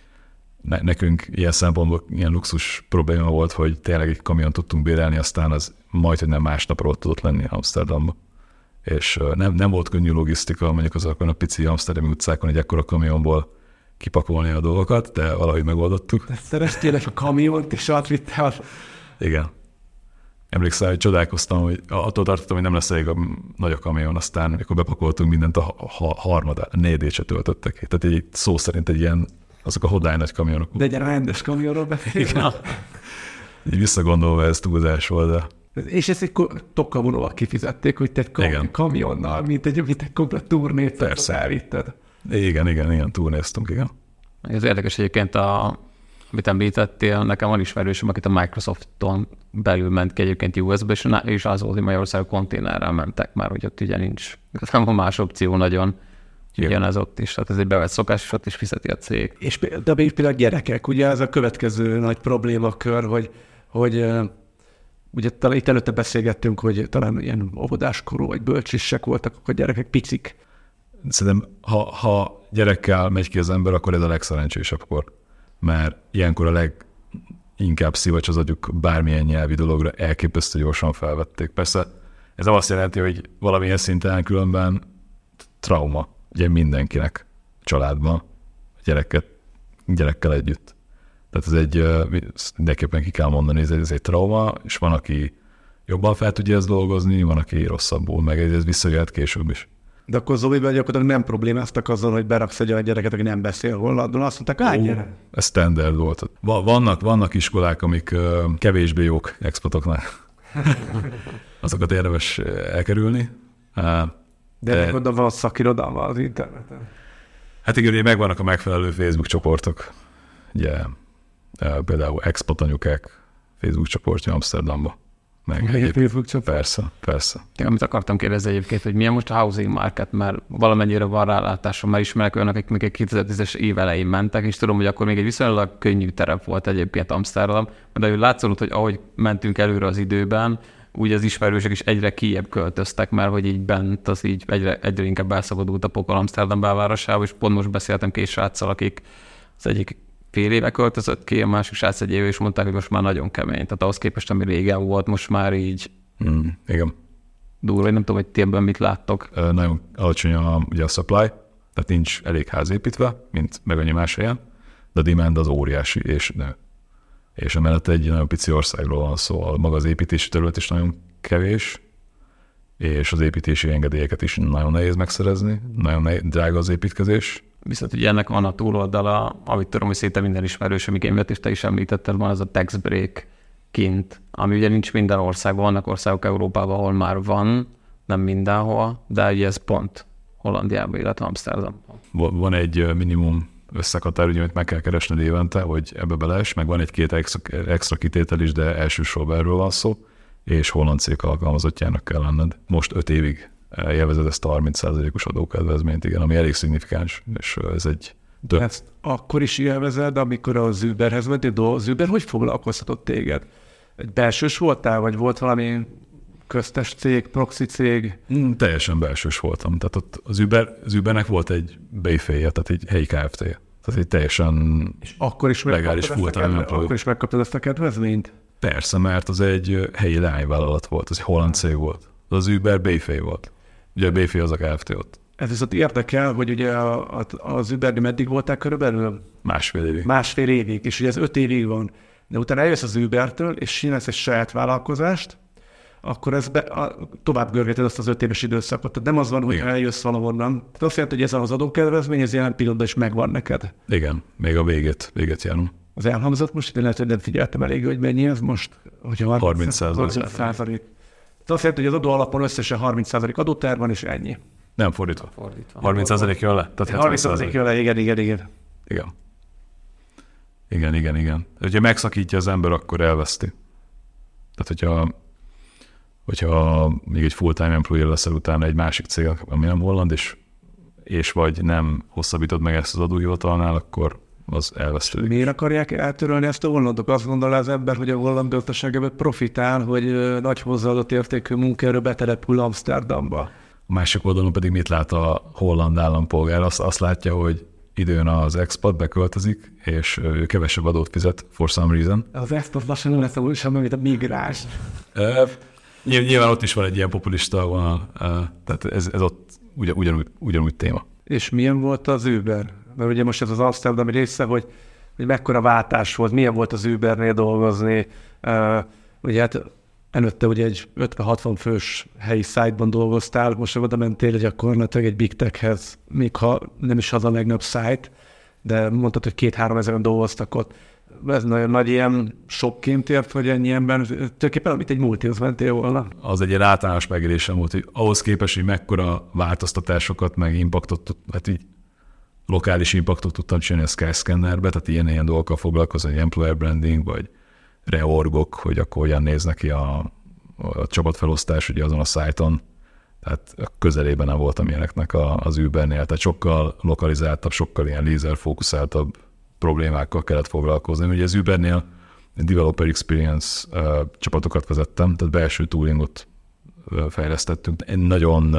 Nekünk ilyen szempontból ilyen luxus probléma volt, hogy tényleg egy kamion tudtunk bérelni, aztán az majdhogy nem másnapról tudott lenni Amsterdamba. És nem volt könnyű logisztika, mondjuk azokon a pici amsterdami utcákon egy ekkora kamionból kipakolni a dolgokat, de valahogy megoldottuk. Szereztél a kamiont, és átvitte. Igen. Emlékszem, hogy csodálkoztam, hogy attól tartottam, hogy nem lesz elég nagy a kamion, aztán amikor bepakoltunk mindent, a negyedét se töltöttek. Tehát egy szó szerint egy ilyen, azok a hodály nagy kamionok. De egy rendes kamionról beszélünk. Így visszagondolva ez túlzás volt, de... És ezt egy tokkavonóval kifizették, hogy te kamionnal, mint egy komplet turnét elvitted. Igen, túrnéztünk, igen. Ez érdekes egyébként, amit említettél, nekem van ismerősöm, akit a Microsofton belül ment ki egyébként USB-be, és az volt, hogy Magyarországon konténerrel mentek már, hogy ott ugye nincs igazából más opció nagyon. Ugyanez ott is, tehát ez egy bevett szokás, és ott is fizeti a cég. De például a gyerekek, ugye ez a következő nagy problémakör, hogy ugye talán itt előtte beszélgettünk, hogy talán ilyen óvodáskorú vagy bölcsisek voltak, akkor a gyerekek picik. Szerintem, ha gyerekkel megy ki az ember, akkor ez a legszerencsésebb kor. Mert ilyenkor a leginkább szivacs az agyuk bármilyen nyelvi dologra elképesztő gyorsan felvették. Persze ez azt jelenti, hogy valamilyen szinten különben trauma, ugye mindenkinek családban, gyerekkel együtt. Tehát ez mindenképpen ki kell mondani, ez egy trauma, és van, aki jobban fel tudja ezt dolgozni, van, aki rosszabbul, meg ez visszajöhet később is. De akkor Zobiban gyakorlatilag nem problémáztak azzal, hogy beraksz egy olyan gyereket, aki nem beszél hollandul, azt mondták, gyere. Ez standard volt. Vannak iskolák, amik kevésbé jók expatoknál. Azokat érdemes elkerülni. De gondolom van szakirodalma az interneten. Hát igen, ugye megvannak a megfelelő Facebook csoportok. Ugye, például expat anyukák Facebook csoportja Amsterdamba. Facebook csoport? Persze. Amit akartam kérdezni egyébként, hogy milyen most a housing market, mert valamennyire van rálátásom, mert ismerek olyanok, akik még egy 2010-es év elején mentek, és tudom, hogy akkor még egy viszonylag könnyű terep volt egyébként Amsterdam, de úgy látszott, hogy ahogy mentünk előre az időben, úgy az ismerősök is egyre kijebb költöztek, mert hogy így bent az így egyre inkább elszabadult a pokol Amsterdam belvárosába, és pont most beszéltem két sráccal, akik az egyik fél éve költözött ki, a másik srác egy éve, és mondták, hogy most már nagyon kemény. Tehát ahhoz képest, ami régen volt, most már így igen. Durva, nem tudom, hogy ti ebben mit láttok. Nagyon alacsony ugye a supply, tehát nincs elég ház építve, mint meg annyi más helyen, de a demand az óriási, és nő. És emellett egy nagyon pici országról van szó, maga az építési terület is nagyon kevés, és az építési engedélyeket is nagyon nehéz megszerezni, nagyon drága az építkezés. Viszont ugye ennek van a túloldala, amit tudom, hogy szinte minden ismerős, amíg én és te is említetted, van az a tax break kint, ami ugye nincs minden országban, vannak országok Európában, ahol már van, nem mindenhol, de ugye ez pont Hollandiában, illetve Amsterdamban. Van egy minimum összeghatár, ugye, amit meg kell keresned évente, hogy ebbe beleess, meg van egy-két extra kitétel is, de elsősorban erről van szó, és holland cég alkalmazottjának kell lenned. Most 5 évig élvezed ezt a 30%-os adókedvezményt, igen, ami elég szignifikáns, és ez egy több. Ezt akkor is élvezed, amikor az Uberhez mentél, az Uber hogy foglalkoztatott téged? Egy belsős voltál, vagy volt valami köztes cég, proxy cég? Teljesen belsős voltam. Tehát ott az Ubernek volt egy BFE-je, tehát egy helyi Kft. Tehát egy teljesen és akkor is legális full-time employee. Akkor is megkaptad ezt a kedvezményt? Persze, mert az egy helyi leányvállalat volt, az egy holland cég volt. Az Uber BFE volt. Ugye a BFE az a Kft. Ott. Ez viszont érdekel, hogy ugye az Ubernél meddig voltál körülbelül? Másfél évig. Másfél évig, és ugye ez 5 évig van. De utána eljössz az Ubertől, és csinálsz egy saját vállalkozást, akkor ez tovább görgeted azt az 5 éves időszakot. Tehát nem az van, hogy eljössz valahonnan. Tehát azt jelenti, hogy ez az adókedvezmény, ez jelen pillanatban is megvan neked. Igen, még a végét járunk. Az elhangzott most, de lehet, hogy nem figyeltem elég, hogy mennyi ez most. 30%. Tehát azt jelenti, hogy az adó alapon összesen 30% adóter van, és ennyi. Nem, fordítva. 30% jön le? Tehát 30% jön le, igen. Igen. Hogyha megszakítja az ember, akkor elveszti. Tehát, hogyha még egy full-time employee leszel utána egy másik cég, ami nem holland, és vagy nem hosszabbítod meg ezt az adóhivatalnál, akkor az elvesztődik. Miért akarják eltörölni ezt a hollandok? Azt gondolja az ember, hogy a holland gazdaságban profitál, hogy nagy hozzáadott értékű munkaerő betelepül Amsterdamba. A másik oldalon pedig mit lát a holland állampolgár? Azt látja, hogy időn az expat beköltözik, és ő kevesebb adót fizet for some reason. Az expat lassan nem lesz úgy sem, mint a migráns. Nyilván ott is van egy ilyen populista vonal, tehát ez ott ugyanúgy téma. És milyen volt az Uber? Mert ugye most ez az amsterdami része, hogy mekkora váltás volt, milyen volt az Ubernél dolgozni. Ugye hát előtte ugye egy 50-60 fős helyi szájtban dolgoztál, most oda mentél gyakorlatilag egy Big Techhez, még ha nem is az a legnagyobb szájt, de mondtad, hogy 2-3 ezeren dolgoztak ott. Ez nagyon nagy ilyen sokként ért, hogy ennyi ember, tulajdonképpen amit egy multihoz mentél volna. Az egy általános megélésem volt, hogy ahhoz képest, hogy mekkora változtatásokat, meg impaktot, hát így lokális impaktot tudtam csinálni a Skyscannerbe, tehát ilyen dolgokkal foglalkozni, hogy employer branding, vagy reorgok, hogy akkor hogyan néz neki a csapatfelosztás ugye azon a szájton. Tehát közelében nem voltam ilyeneknek az Ubernél, tehát sokkal lokalizáltabb, sokkal ilyen lézerfókuszáltabb problémákkal kellett foglalkozni. Ugye az Ubernél developer experience csapatokat vezettem, tehát belső toolingot fejlesztettünk. Nagyon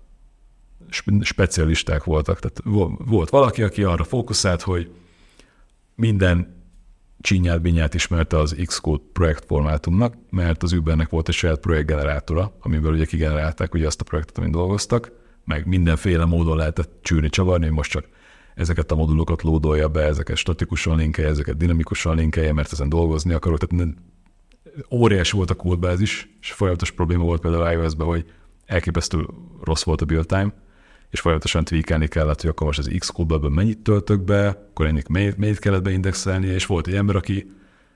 specialisták voltak, tehát volt valaki, aki arra fókuszált, hogy minden csinyát-binyát ismerte az Xcode projektformátumnak, mert az Ubernek volt egy saját projektgenerátora, amivel ugye kigenerálták ugye azt a projektet, amin dolgoztak, meg mindenféle módon lehetett csűrni, csavarni, hogy most csak ezeket a modulokat lódolja be, ezeket statikusan linkelje, ezeket dinamikusan linkelje, mert ezen dolgozni akarok. Tehát óriási volt a kódbázis, és folyamatos probléma volt például iOS-ben, hogy elképesztő rossz volt a build time, és folyamatosan tweakelni kellett, hogy akkor most az Xcode-ből mennyit töltök be, akkor ennek mennyit kellett beindexelni, és volt egy ember, aki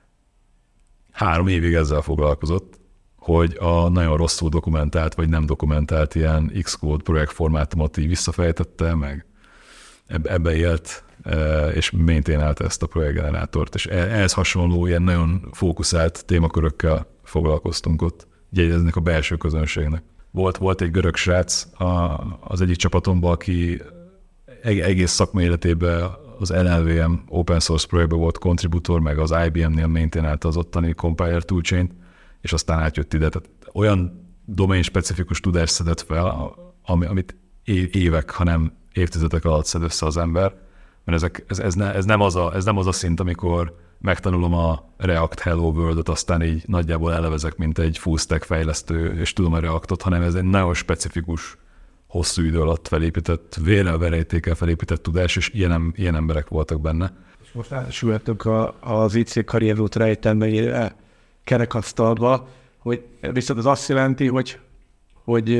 3 évig ezzel foglalkozott, hogy a nagyon rosszul dokumentált, vagy nem dokumentált ilyen Xcode projektformátumot így visszafejtette, meg ebbe élt, és maintainálta ezt a projektgenerátort, és ehhez hasonló ilyen nagyon fókuszált témakörökkel foglalkoztunk ott, jegyeznek a belső közönségnek. Volt egy görög srác az egyik csapatomban, aki egész szakmai életében az LLVM open source projektben volt contributor, meg az IBM-nél maintainálta az ottani compiler toolchain-t, és aztán átjött ide. Tehát olyan domain-specifikus tudást szedett fel, amit évek, hanem évtizedek alatt szed össze az ember, mert ez nem az a szint, amikor megtanulom a React Hello World-ot, aztán így nagyjából elevezek, mint egy full stack fejlesztő, és tudom a Reactot, hanem ez egy nagyon specifikus, hosszú idő alatt felépített, vérrel-verejtékkel felépített tudás, és ilyen emberek voltak benne. És most átesülhetünk az IC karrierút rejtelmei kerekasztalba, hogy viszont az azt jelenti, hogy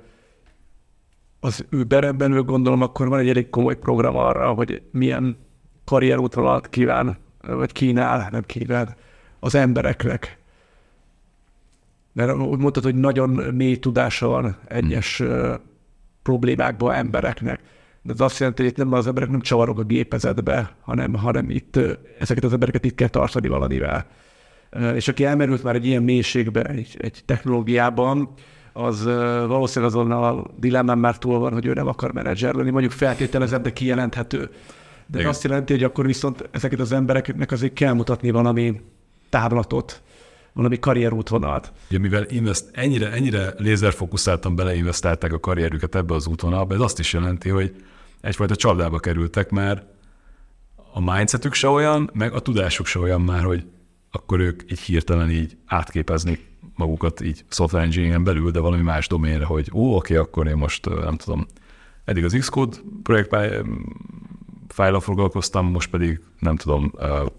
az Uberen belül gondolom, akkor van egy elég komoly program arra, hogy milyen karrierútvonalat kínál az embereknek. Mert úgy mondtad, hogy nagyon mély tudása van egyes problémákban embereknek. De ez azt jelenti, hogy itt nem az emberek nem csavarok a gépezetbe, hanem itt ezeket az embereket itt kell tartani valamivel. És aki elmerült már egy ilyen mélységbe, egy technológiában, az valószínűleg azon a dilemmán már túl van, hogy ő nem akar menedzser lenni, mondjuk feltételezett, de kijelenthető. De ez azt jelenti, hogy akkor viszont ezeket az embereknek azért kell mutatni valami távlatot, valami karrierútvonalat. Ugye, mivel ennyire lézerfókuszáltan beleinvestálták a karrierüket ebbe az útvonalba, ez azt is jelenti, hogy egyfajta csapdába kerültek, mert a mindsetük se olyan, meg a tudásuk se olyan már, hogy akkor ők így hirtelen így átképezni magukat így software engineeringen belül, de valami más doménre, hogy oké, akkor én most nem tudom, eddig az Xcode projekt fájlal foglalkoztam, most pedig nem tudom,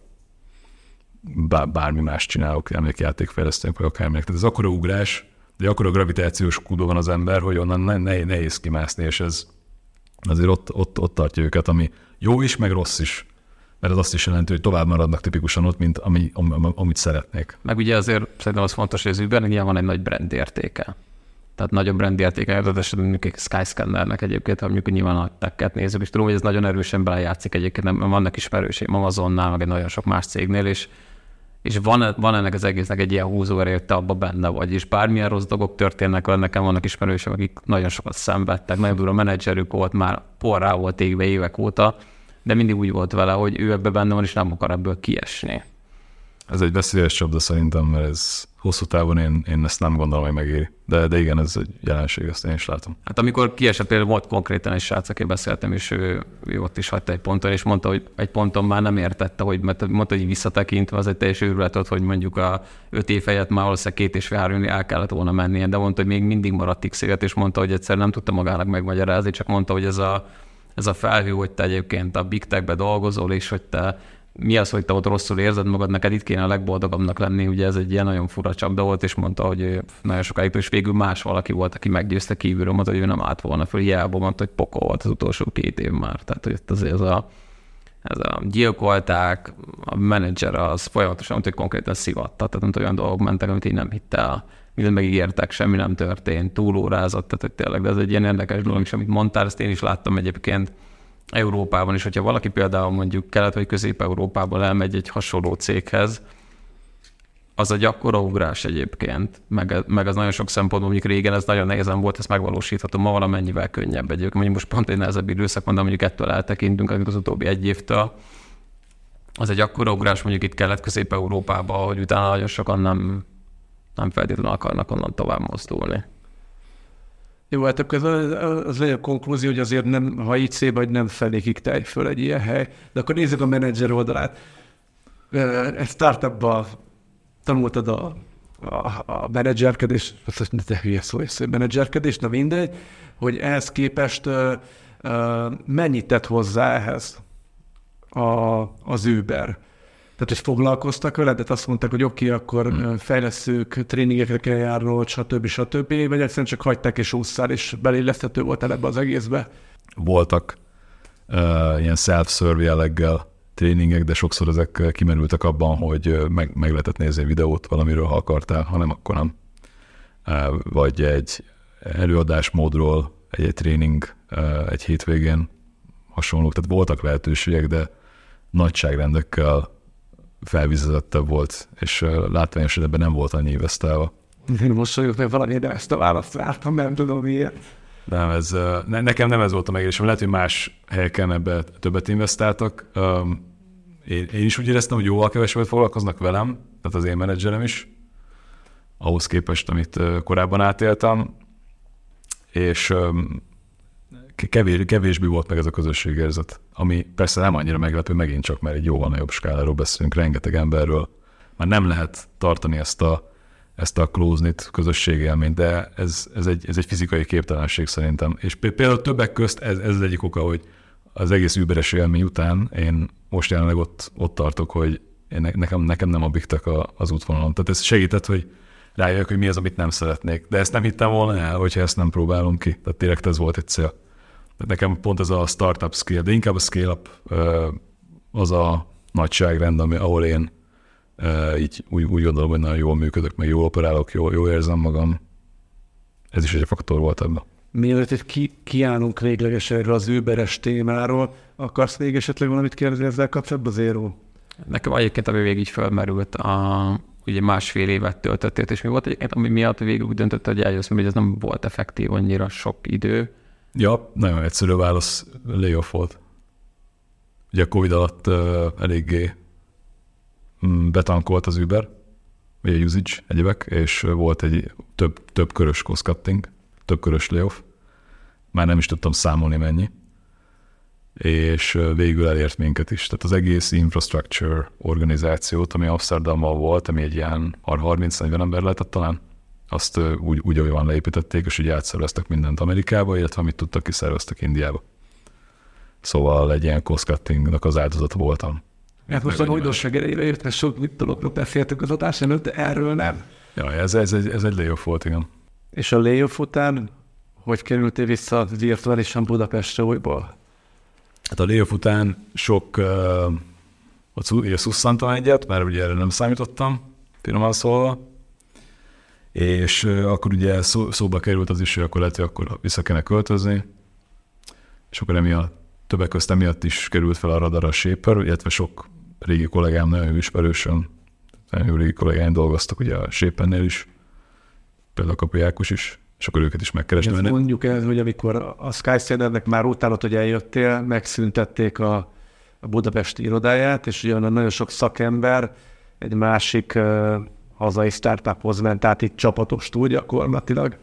bármi más csinálok, emlékjátékfejlesztőnek, vagy akárminek. Tehát ez akkora ugrás, de akkora gravitációs kútban van az ember, hogy onnan nehéz kimászni, és ez azért ott tartja őket, ami jó is, meg rossz is. Mert ez azt is jelenti, hogy tovább maradnak tipikusan ott, mint amit szeretnék. Meg ugye azért szerintem az fontos, hogy az Ubernek nyilván van egy nagy brand értéke. Tehát nagyobb brand értéke, adott esetben mondjuk egy Skyscannernek egyébként, ha mondjuk nyilván a tech-et nézzük, és tudom, hogy ez nagyon erősen belejátszik egyébként, nem vannak ismerőseim Amazonnál, meg egy nagyon sok más cégnél, és van ennek az egésznek egy ilyen húzóerő, te abban benne vagy, és bármilyen rossz dolgok történnek, nekem vannak ismerőseim, akik nagyon sokat szenvedtek, nagyon durva menedzserük volt, már porrá volt égve évek óta, de mindig úgy volt vele, hogy ő ebbe benne van, és nem akar ebből kiesni. Ez egy veszélyes csapda szerintem, mert ez hosszú távon én ezt nem gondolom, hogy megéri. De igen, ez egy jelenség, ezt én is látom. Hát amikor kiesett, például volt konkrétan egy srác, aki beszéltem, és ő ott is hagyta egy ponton, és mondta, hogy egy ponton már nem értette, mert mondta, hogy visszatekintve az egy teljes őrület, hogy mondjuk a 5 év helyett már valószínűleg 2,5-3 évig el kellett volna mennie, de mondta, hogy még mindig maradt x évet, és mondta, hogy egyszer nem tudta magának megmagyarázni, csak mondta, hogy ez a felhő, hogy te egyébként a Big Tech-be dolgozol, és hogy te mi az, hogy te ott rosszul érzed magad, neked itt kéne a legboldogabbnak lenni, ugye ez egy ilyen nagyon fura csapda volt, és mondta, hogy nagyon sokáig, és végül más valaki volt, aki meggyőzte kívülről, mondta, hogy ő nem állt volna föl, hiába mondta, hogy pokol volt az utolsó 2 év már. Tehát, hogy azért ez a gyilkolták, a menedzser az folyamatosan, hogy konkrétan szivatta, tehát olyan dolgok mentek, amit én nem hitte el. Mindent megígértek, semmi nem történt, túlórázott, tehát hogy tényleg, de ez egy ilyen érdekes dolog is, amit mondtál, ezt én is láttam egyébként Európában is, hogyha valaki például mondjuk Kelet- vagy Közép-Európában elmegy egy hasonló céghez, az egy akkora ugrás egyébként, meg az nagyon sok szempontból, mondjuk régen ez nagyon nehezen volt, ez megvalósítható, ma valamennyivel könnyebb egyébként. Mondjuk most pont egy nehezebb időszak van, de mondjuk ettől eltekintünk, az utóbbi 1 évtől. Az egy akkora ugrás mondjuk itt Kelet-Közép-Európában, hogy utána nagyon sokan nem feltétlenül akarnak onnan tovább mozdulni. Jó, hát akkor az legyen a konklúzió, hogy azért nem, ha így szép, hogy nem felékig tej föl egy ilyen hely. De akkor nézzük a menedzser oldalát. Egy startupban tanultad a menedzserkedés, de hülye szó, menedzserkedés, na mindegy, hogy ehhez képest mennyit tett hozzá ehhez az Uber. Tehát, hogy foglalkoztak vele, de azt mondták, hogy oké, akkor fejlesztők, tréningekre kell járnod, stb. Vagy egyszerűen csak hagyták és ússzál, és beléleszthető volt ebbe az egészbe. Voltak ilyen self-serve jelleggel tréningek, de sokszor ezek kimerültek abban, hogy meg lehetett nézni egy videót valamiről, ha akartál, hanem akkor nem. Vagy egy előadásmódról, egy tréning egy hétvégén hasonlók. Tehát voltak lehetőségek, de nagyságrendekkel felvizezettebb volt, és látványos, hogy ebben nem volt annyi investálva. Én mosolyog, mert valami, de ezt a választ vártam, nem tudom miért. Nem, nekem nem ez volt a megérésem. Lehet, hogy más helyeken ebbe többet investáltak. Én is úgy éreztem, hogy jóval kevesebbet foglalkoznak velem, tehát az én menedzserem is, ahhoz képest, amit korábban átéltem, és kevésbé volt meg ez a közösségérzet, ami persze nem annyira meglepő, megint csak, mert egy jóval nagyobb skáláról beszélünk, rengeteg emberről. Már nem lehet tartani ezt a close-knit közösségélményt, de ez egy fizikai képtelenség szerintem. És például többek közt ez az egyik oka, hogy az egész Uberes élmény után én most jelenleg ott tartok, hogy nekem nem a Big Tech az útvonalom. Tehát ez segített, hogy rájöjjek, hogy mi az, amit nem szeretnék. De ezt nem hittem volna el, hogyha ezt nem próbálom ki. Tehát direkt ez volt egy cél. Tehát nekem pont ez a startup scale, de inkább a scale-up az a nagyságrend, ahol én így úgy gondolom, hogy nagyon jól működök, meg jól operálok, jól érzem magam. Ez is egy faktor volt ebben. Mielőtt kiállunk véglegesen erről az Uberes témáról, akarsz még esetleg valamit kérdezni ezzel kapcsolatban, Zero? Nekem egyébként, ami végig így felmerült, ugye 1,5 évet töltöttél, és mi volt egyébként, ami miatt végül úgy döntött, hogy eljössz, hogy ez nem volt effektív annyira sok idő. Ja, nagyon egyszerű válasz, layoff volt. Ugye a Covid alatt eléggé betankolt az Uber, vagy a usage egyebek, és volt egy több körös cost cutting, több körös layoff. Már nem is tudtam számolni mennyi. És végül elért minket is. Tehát az egész infrastructure organizációt, ami Amsterdamban volt, ami egy ilyen 30-40 ember lehetett talán, azt úgy olyan leépítették, és úgy átszerveztek mindent Amerikába, illetve amit tudtak, kiszerveztek Indiába. Szóval egy ilyen cost cuttingnak az áldozata voltam. Hát most a újdonság erejére jött, mert sok dologról beszéltük az adás előtt, de erről nem. Ja, ez egy layoff volt, igen. És a layoff után hogy kerültél vissza virtuálisan Budapestre újból? Hát a layoff után sok szusszantam egyet, mert ugye erre nem számítottam, finoman szólva. És akkor ugye szóba került az is, hogy akkor lehet, hogy akkor vissza kellene költözni. És akkor többek közt emiatt is került fel a radarra a Shaper, illetve sok régi kollégám, nagyon ismerősöm, nagyon régi kollégáim dolgoztak ugye a Shapernél is, például Kapu Jákos is, és akkor őket is megkerestem. Ezt mondjuk el, hogy amikor a SkyScannernek már utána, hogy eljöttél, megszüntették a budapesti irodáját, és ugye nagyon sok szakember egy másik hazai startuphoz ment, tehát itt csapatos túl gyakorlatilag.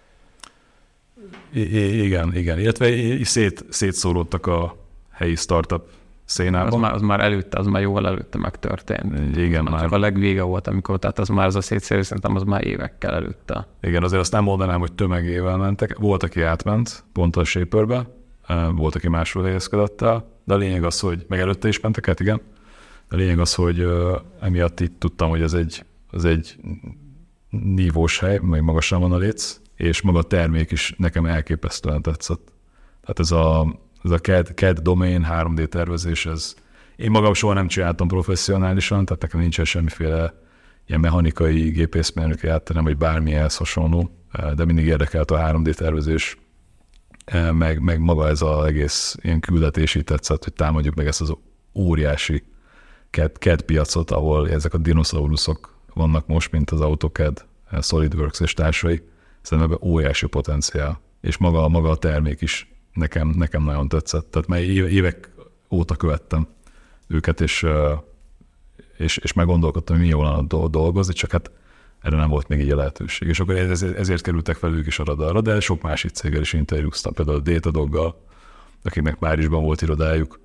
Igen. Illetve szétszóródtak a helyi startup szénában. Az már jóval előtte megtörtént. Igen, már. A legvége volt, amikor, tehát az már az a szétszérő, szerintem az már évekkel előtte. Igen, azért azt nem mondanám, hogy tömegével mentek. Volt, aki átment pont a Shaperbe, volt, aki máshol helyezkedett el, de a lényeg az, hogy meg előtte is mentek át, igen. De a lényeg az, hogy emiatt itt tudtam, hogy ez egy nívós hely, meg magasan van a léc, és maga a termék is nekem elképesztően tetszett. Tehát ez a CAD domain, 3D tervezés, én magam soha nem csináltam professzionálisan, tehát nekem nincsen semmiféle ilyen mechanikai gépészmérnöki hátterem, vagy bármihez hasonló, de mindig érdekelt a 3D tervezés, meg maga ez az egész ilyen küldetési tetszett, hogy támadjuk meg ezt az óriási CAD piacot, ahol ezek a dinoszauruszok vannak most, mint az AutoCAD, SolidWorks és társai. Szerintem ebben óriási potenciál, és maga a termék is nekem nagyon tetszett. Tehát már évek óta követtem őket, és már gondolkodtam, hogy milyen jól dolgozni, csak hát erre nem volt még így a lehetőség. És akkor ezért kerültek fel ők is a radarra, de sok másik céggel is interjúztam, például a Datadoggal, akiknek Párizsban volt irodájuk.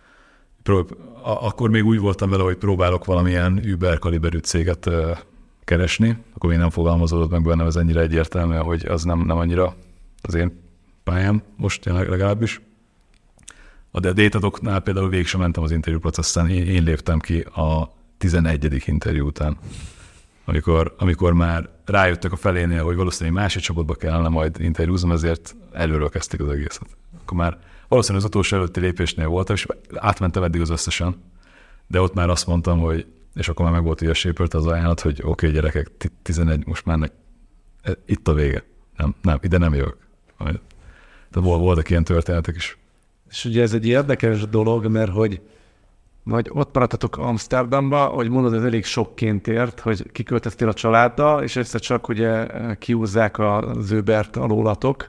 Akkor még úgy voltam vele, hogy próbálok valamilyen Uber-kaliberű céget keresni, akkor még nem fogalmazódott meg bennem ez ennyire egyértelműen, hogy az nem annyira az én pályám most legalábbis. A Datadognál például végig sem mentem az interjú processzen, én léptem ki a 11. interjú után, amikor már rájöttek a felénél, hogy valószínűleg másik csapatba kellene majd interjúznom, ezért előről kezdték az egészet. Akkor már valószínűleg az utolsó előtti lépésnél voltam, és átmentem eddig az összesen, de ott már azt mondtam, hogy és akkor már meg volt a Shapert az ajánlat, hogy oké, gyerekek, 11, most már itt a vége. Nem, ide nem jövök. Tehát voltak ilyen történetek is. És ugye ez egy érdekes dolog, mert hogy majd ott maradtatok Amsterdamba, hogy mondod, ez elég sokként ért, hogy kiköltöztél a családdal, és össze csak ugye kiúzzák az Ubert alólatok.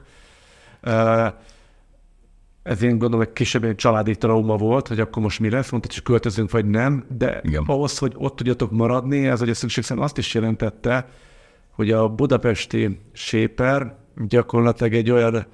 Ez én gondolom, egy kisebb családi trauma volt, hogy akkor most mi lesz, mondta, hogy költözünk vagy nem, de igen. Ahhoz, hogy ott tudjatok maradni, ez ugye szükségszerűen azt is jelentette, hogy a budapesti Shaper gyakorlatilag egy olyan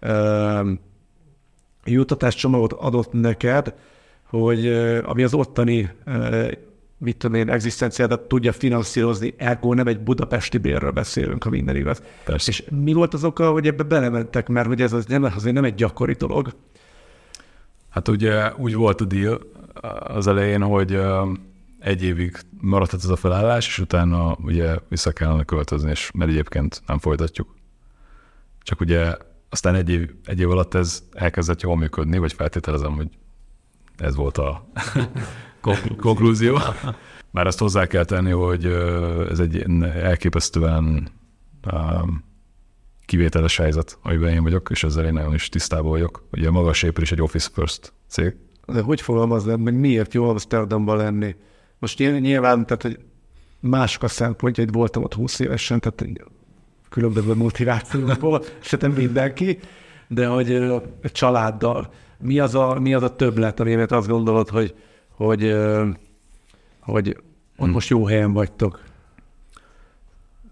juttatáscsomagot adott neked, hogy ami az ottani mit tudom én, egzisztenciádat tudja finanszírozni, ergo nem egy budapesti bérről beszélünk, ha minden igaz. Persze. És mi volt az oka, hogy ebbe belementek, mert hogy ez azért nem egy gyakori dolog? Hát ugye úgy volt a deal az elején, hogy egy évig maradhat ez a felállás, és utána ugye vissza kellene költözni, és mert egyébként nem folytatjuk. Csak ugye aztán egy év alatt ez elkezdett jól működni, vagy feltételezem, hogy ez volt a konklúzió. Már azt hozzá kell tenni, hogy ez egy elképesztően kivételes helyzet, amiben én vagyok, és ezzel én nagyon is tisztában vagyok. Ugye maga a Shaper is egy Office First cég. De hogy fogalmaznád meg, miért jó Amsterdamban lenni? Most nyilván, tehát, hogy mások a szempontjaid, voltam ott 20 évesen, tehát különböző motivációból, szerintem mindenki, de hogy a családdal, mi az a többlet, amiért azt gondolod, hogy ott most jó helyen vagytok?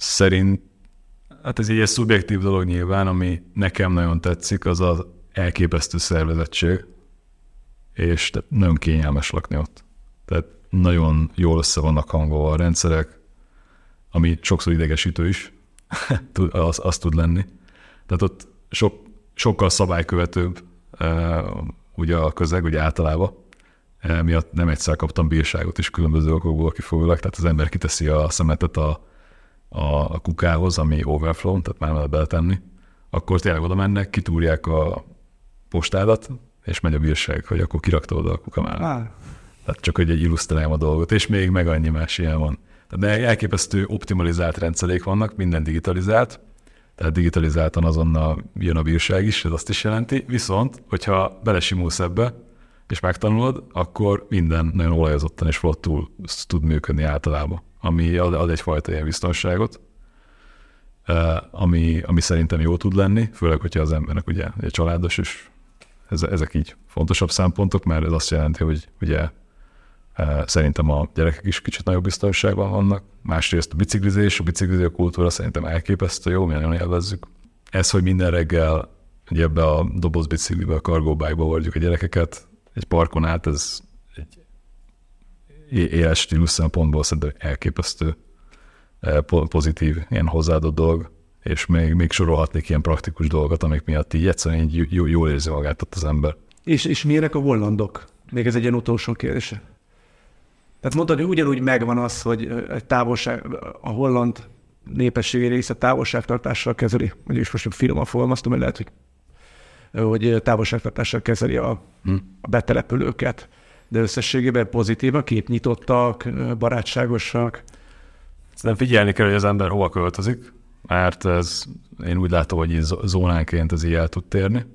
szerint, hát ez egy ilyen szubjektív dolog nyilván, ami nekem nagyon tetszik, az az elképesztő szervezettség, és nagyon kényelmes lakni ott. Tehát nagyon jól össze vannak hangolva a rendszerek, ami sokszor idegesítő is, az tud lenni. Tehát ott sokkal szabálykövetőbb ugye a közeg, ugye általában. Miatt nem egyszer kaptam bírságot is különböző okokból kifolyólag, tehát az ember kiteszi a szemetet a kukához, ami overflow, tehát már lehet beletenni, akkor tényleg oda mennek, kitúrják a postádat, és megy a bírság, hogy akkor kirakta oda a kuka mellett. Tehát csak hogy egy illusztráljam a dolgot, és még meg annyi más ilyen van. Tehát elképesztő optimalizált rendszerék vannak, minden digitalizált, tehát digitalizáltan azonnal jön a bírság is, ez azt is jelenti, viszont, hogyha belesimulsz ebbe, és megtanulod, akkor minden nagyon olajozottan és flottul tud működni általában, ami ad egyfajta ilyen biztonságot, ami szerintem jó tud lenni, főleg, hogyha az embernek ugye családos, és ezek így fontosabb szempontok, mert ez azt jelenti, hogy ugye szerintem a gyerekek is kicsit nagyobb biztonságban vannak. Másrészt a bicikliző kultúra szerintem elképesztő jó, mi nagyon élvezzük. Ez, hogy minden reggel ugye ebbe a dobozbiciklibe, a cargo-bike-ba hordjuk a gyerekeket, egy parkon át, ez egy éles stílus szempontból szerintem elképesztő pozitív, ilyen hozzáadott dolog, és még sorolhatnék ilyen praktikus dolgokat, amik miatt így egyszerűen így jól érzi magát ott az ember. És milyenek a hollandok? Még ez egy ilyen utolsó kérdés. Tehát mondtad, hogy ugyanúgy megvan az, hogy a holland népességi része távolságtartással kezeli, vagyis most finoman fogalmaztam, hogy lehet, hogy távolságtartással kezeli a betelepülőket, de összességében pozitívak, képnyitottak, barátságosak. Szerintem figyelni kell, hogy az ember hova költözik, mert én úgy látom, hogy zónánként ez így el tud térni.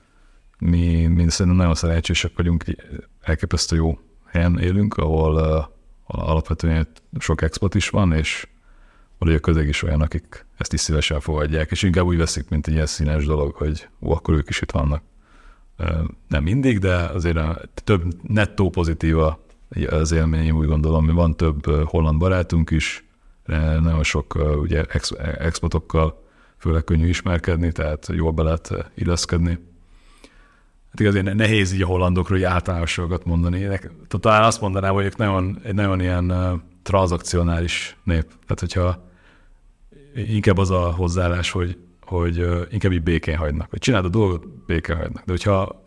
Mi szerintem nagyon szerencsések vagyunk, elképesztő jó helyen élünk, ahol alapvetően sok export is van, és valahogy a közeg is olyan, akik ezt is szívesen fogadják, és inkább úgy veszik, mint egy ilyen színes dolog, hogy akkor ők is itt vannak. Nem mindig, de azért több nettó pozitív az élmény, úgy gondolom, hogy van több holland barátunk is, nagyon sok ugye exportokkal főleg könnyű ismerkedni, tehát jól be lehet illeszkedni. Hát igazán nehéz így a hollandokról általánosokat mondani. Talán azt mondanám, hogy ők egy nagyon ilyen tranzakcionális nép. Tehát, hogyha inkább az a hozzáállás, hogy inkább így békén hagynak. Hogy csináld a dolgot, békén hagynak. De hogyha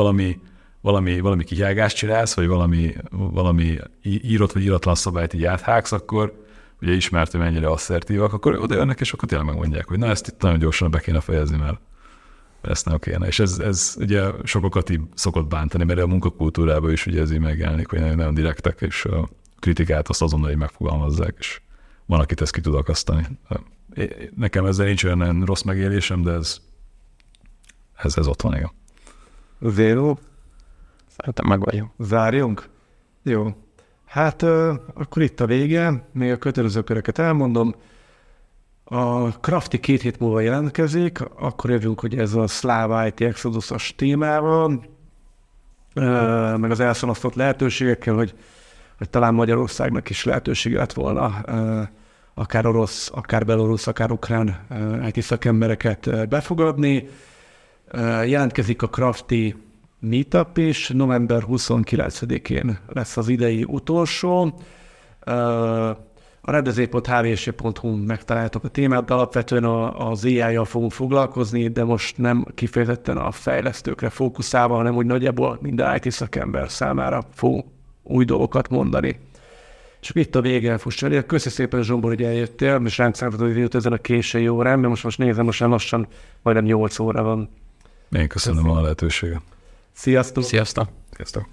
valami kihágást csinálsz, vagy valami írott vagy íratlan szabályt így áthágsz, akkor ugye ismert, hogy mennyire asszertívak, akkor oda jönnek, és akkor tényleg megmondják, hogy na, ezt itt nagyon gyorsan be kéne fejezni, mert ezt nem kéne. És ez ugye sokakat így szokott bántani, mert a munkakultúrában is ugye ez így megjelenik, hogy nagyon direktek, és a kritikát azt azonnal így megfogalmazzák, és van, akit ezt ki tud akasztani. Nekem ezzel nincs olyan rossz megélésem, de ez ott van, igen. Zero? Szerintem meg vagyunk. Zárjunk? Jó. Hát akkor itt a vége, még a kötelező köröket elmondom. A Crafty 2 hét múlva jelentkezik, akkor jövünk, hogy ez a szláv IT Exodus-os témával, meg az elszalasztott lehetőségekkel, hogy talán Magyarországnak is lehetősége lett volna akár orosz, akár belorusz, akár ukrán IT szakembereket befogadni. Jelentkezik a Crafty Meetup is, november 29-én lesz az idei utolsó. A redezé.hvs.hu megtaláltok a témát, de alapvetően az AI-jal fogunk foglalkozni, de most nem kifejezetten a fejlesztőkre fókuszálva, hanem úgy nagyjából minden IT szakember számára fogunk új dolgokat mondani. És itt a vége, Fussari. Köszi szépen, Zsombor, hogy eljöttél, és ránk számított, hogy jött ezen a késői órán, mert most nézem, most lassan majdnem 8 óra van. Én köszönöm a lehetőséget. Sziasztok! Sziasztok! Sziasztok!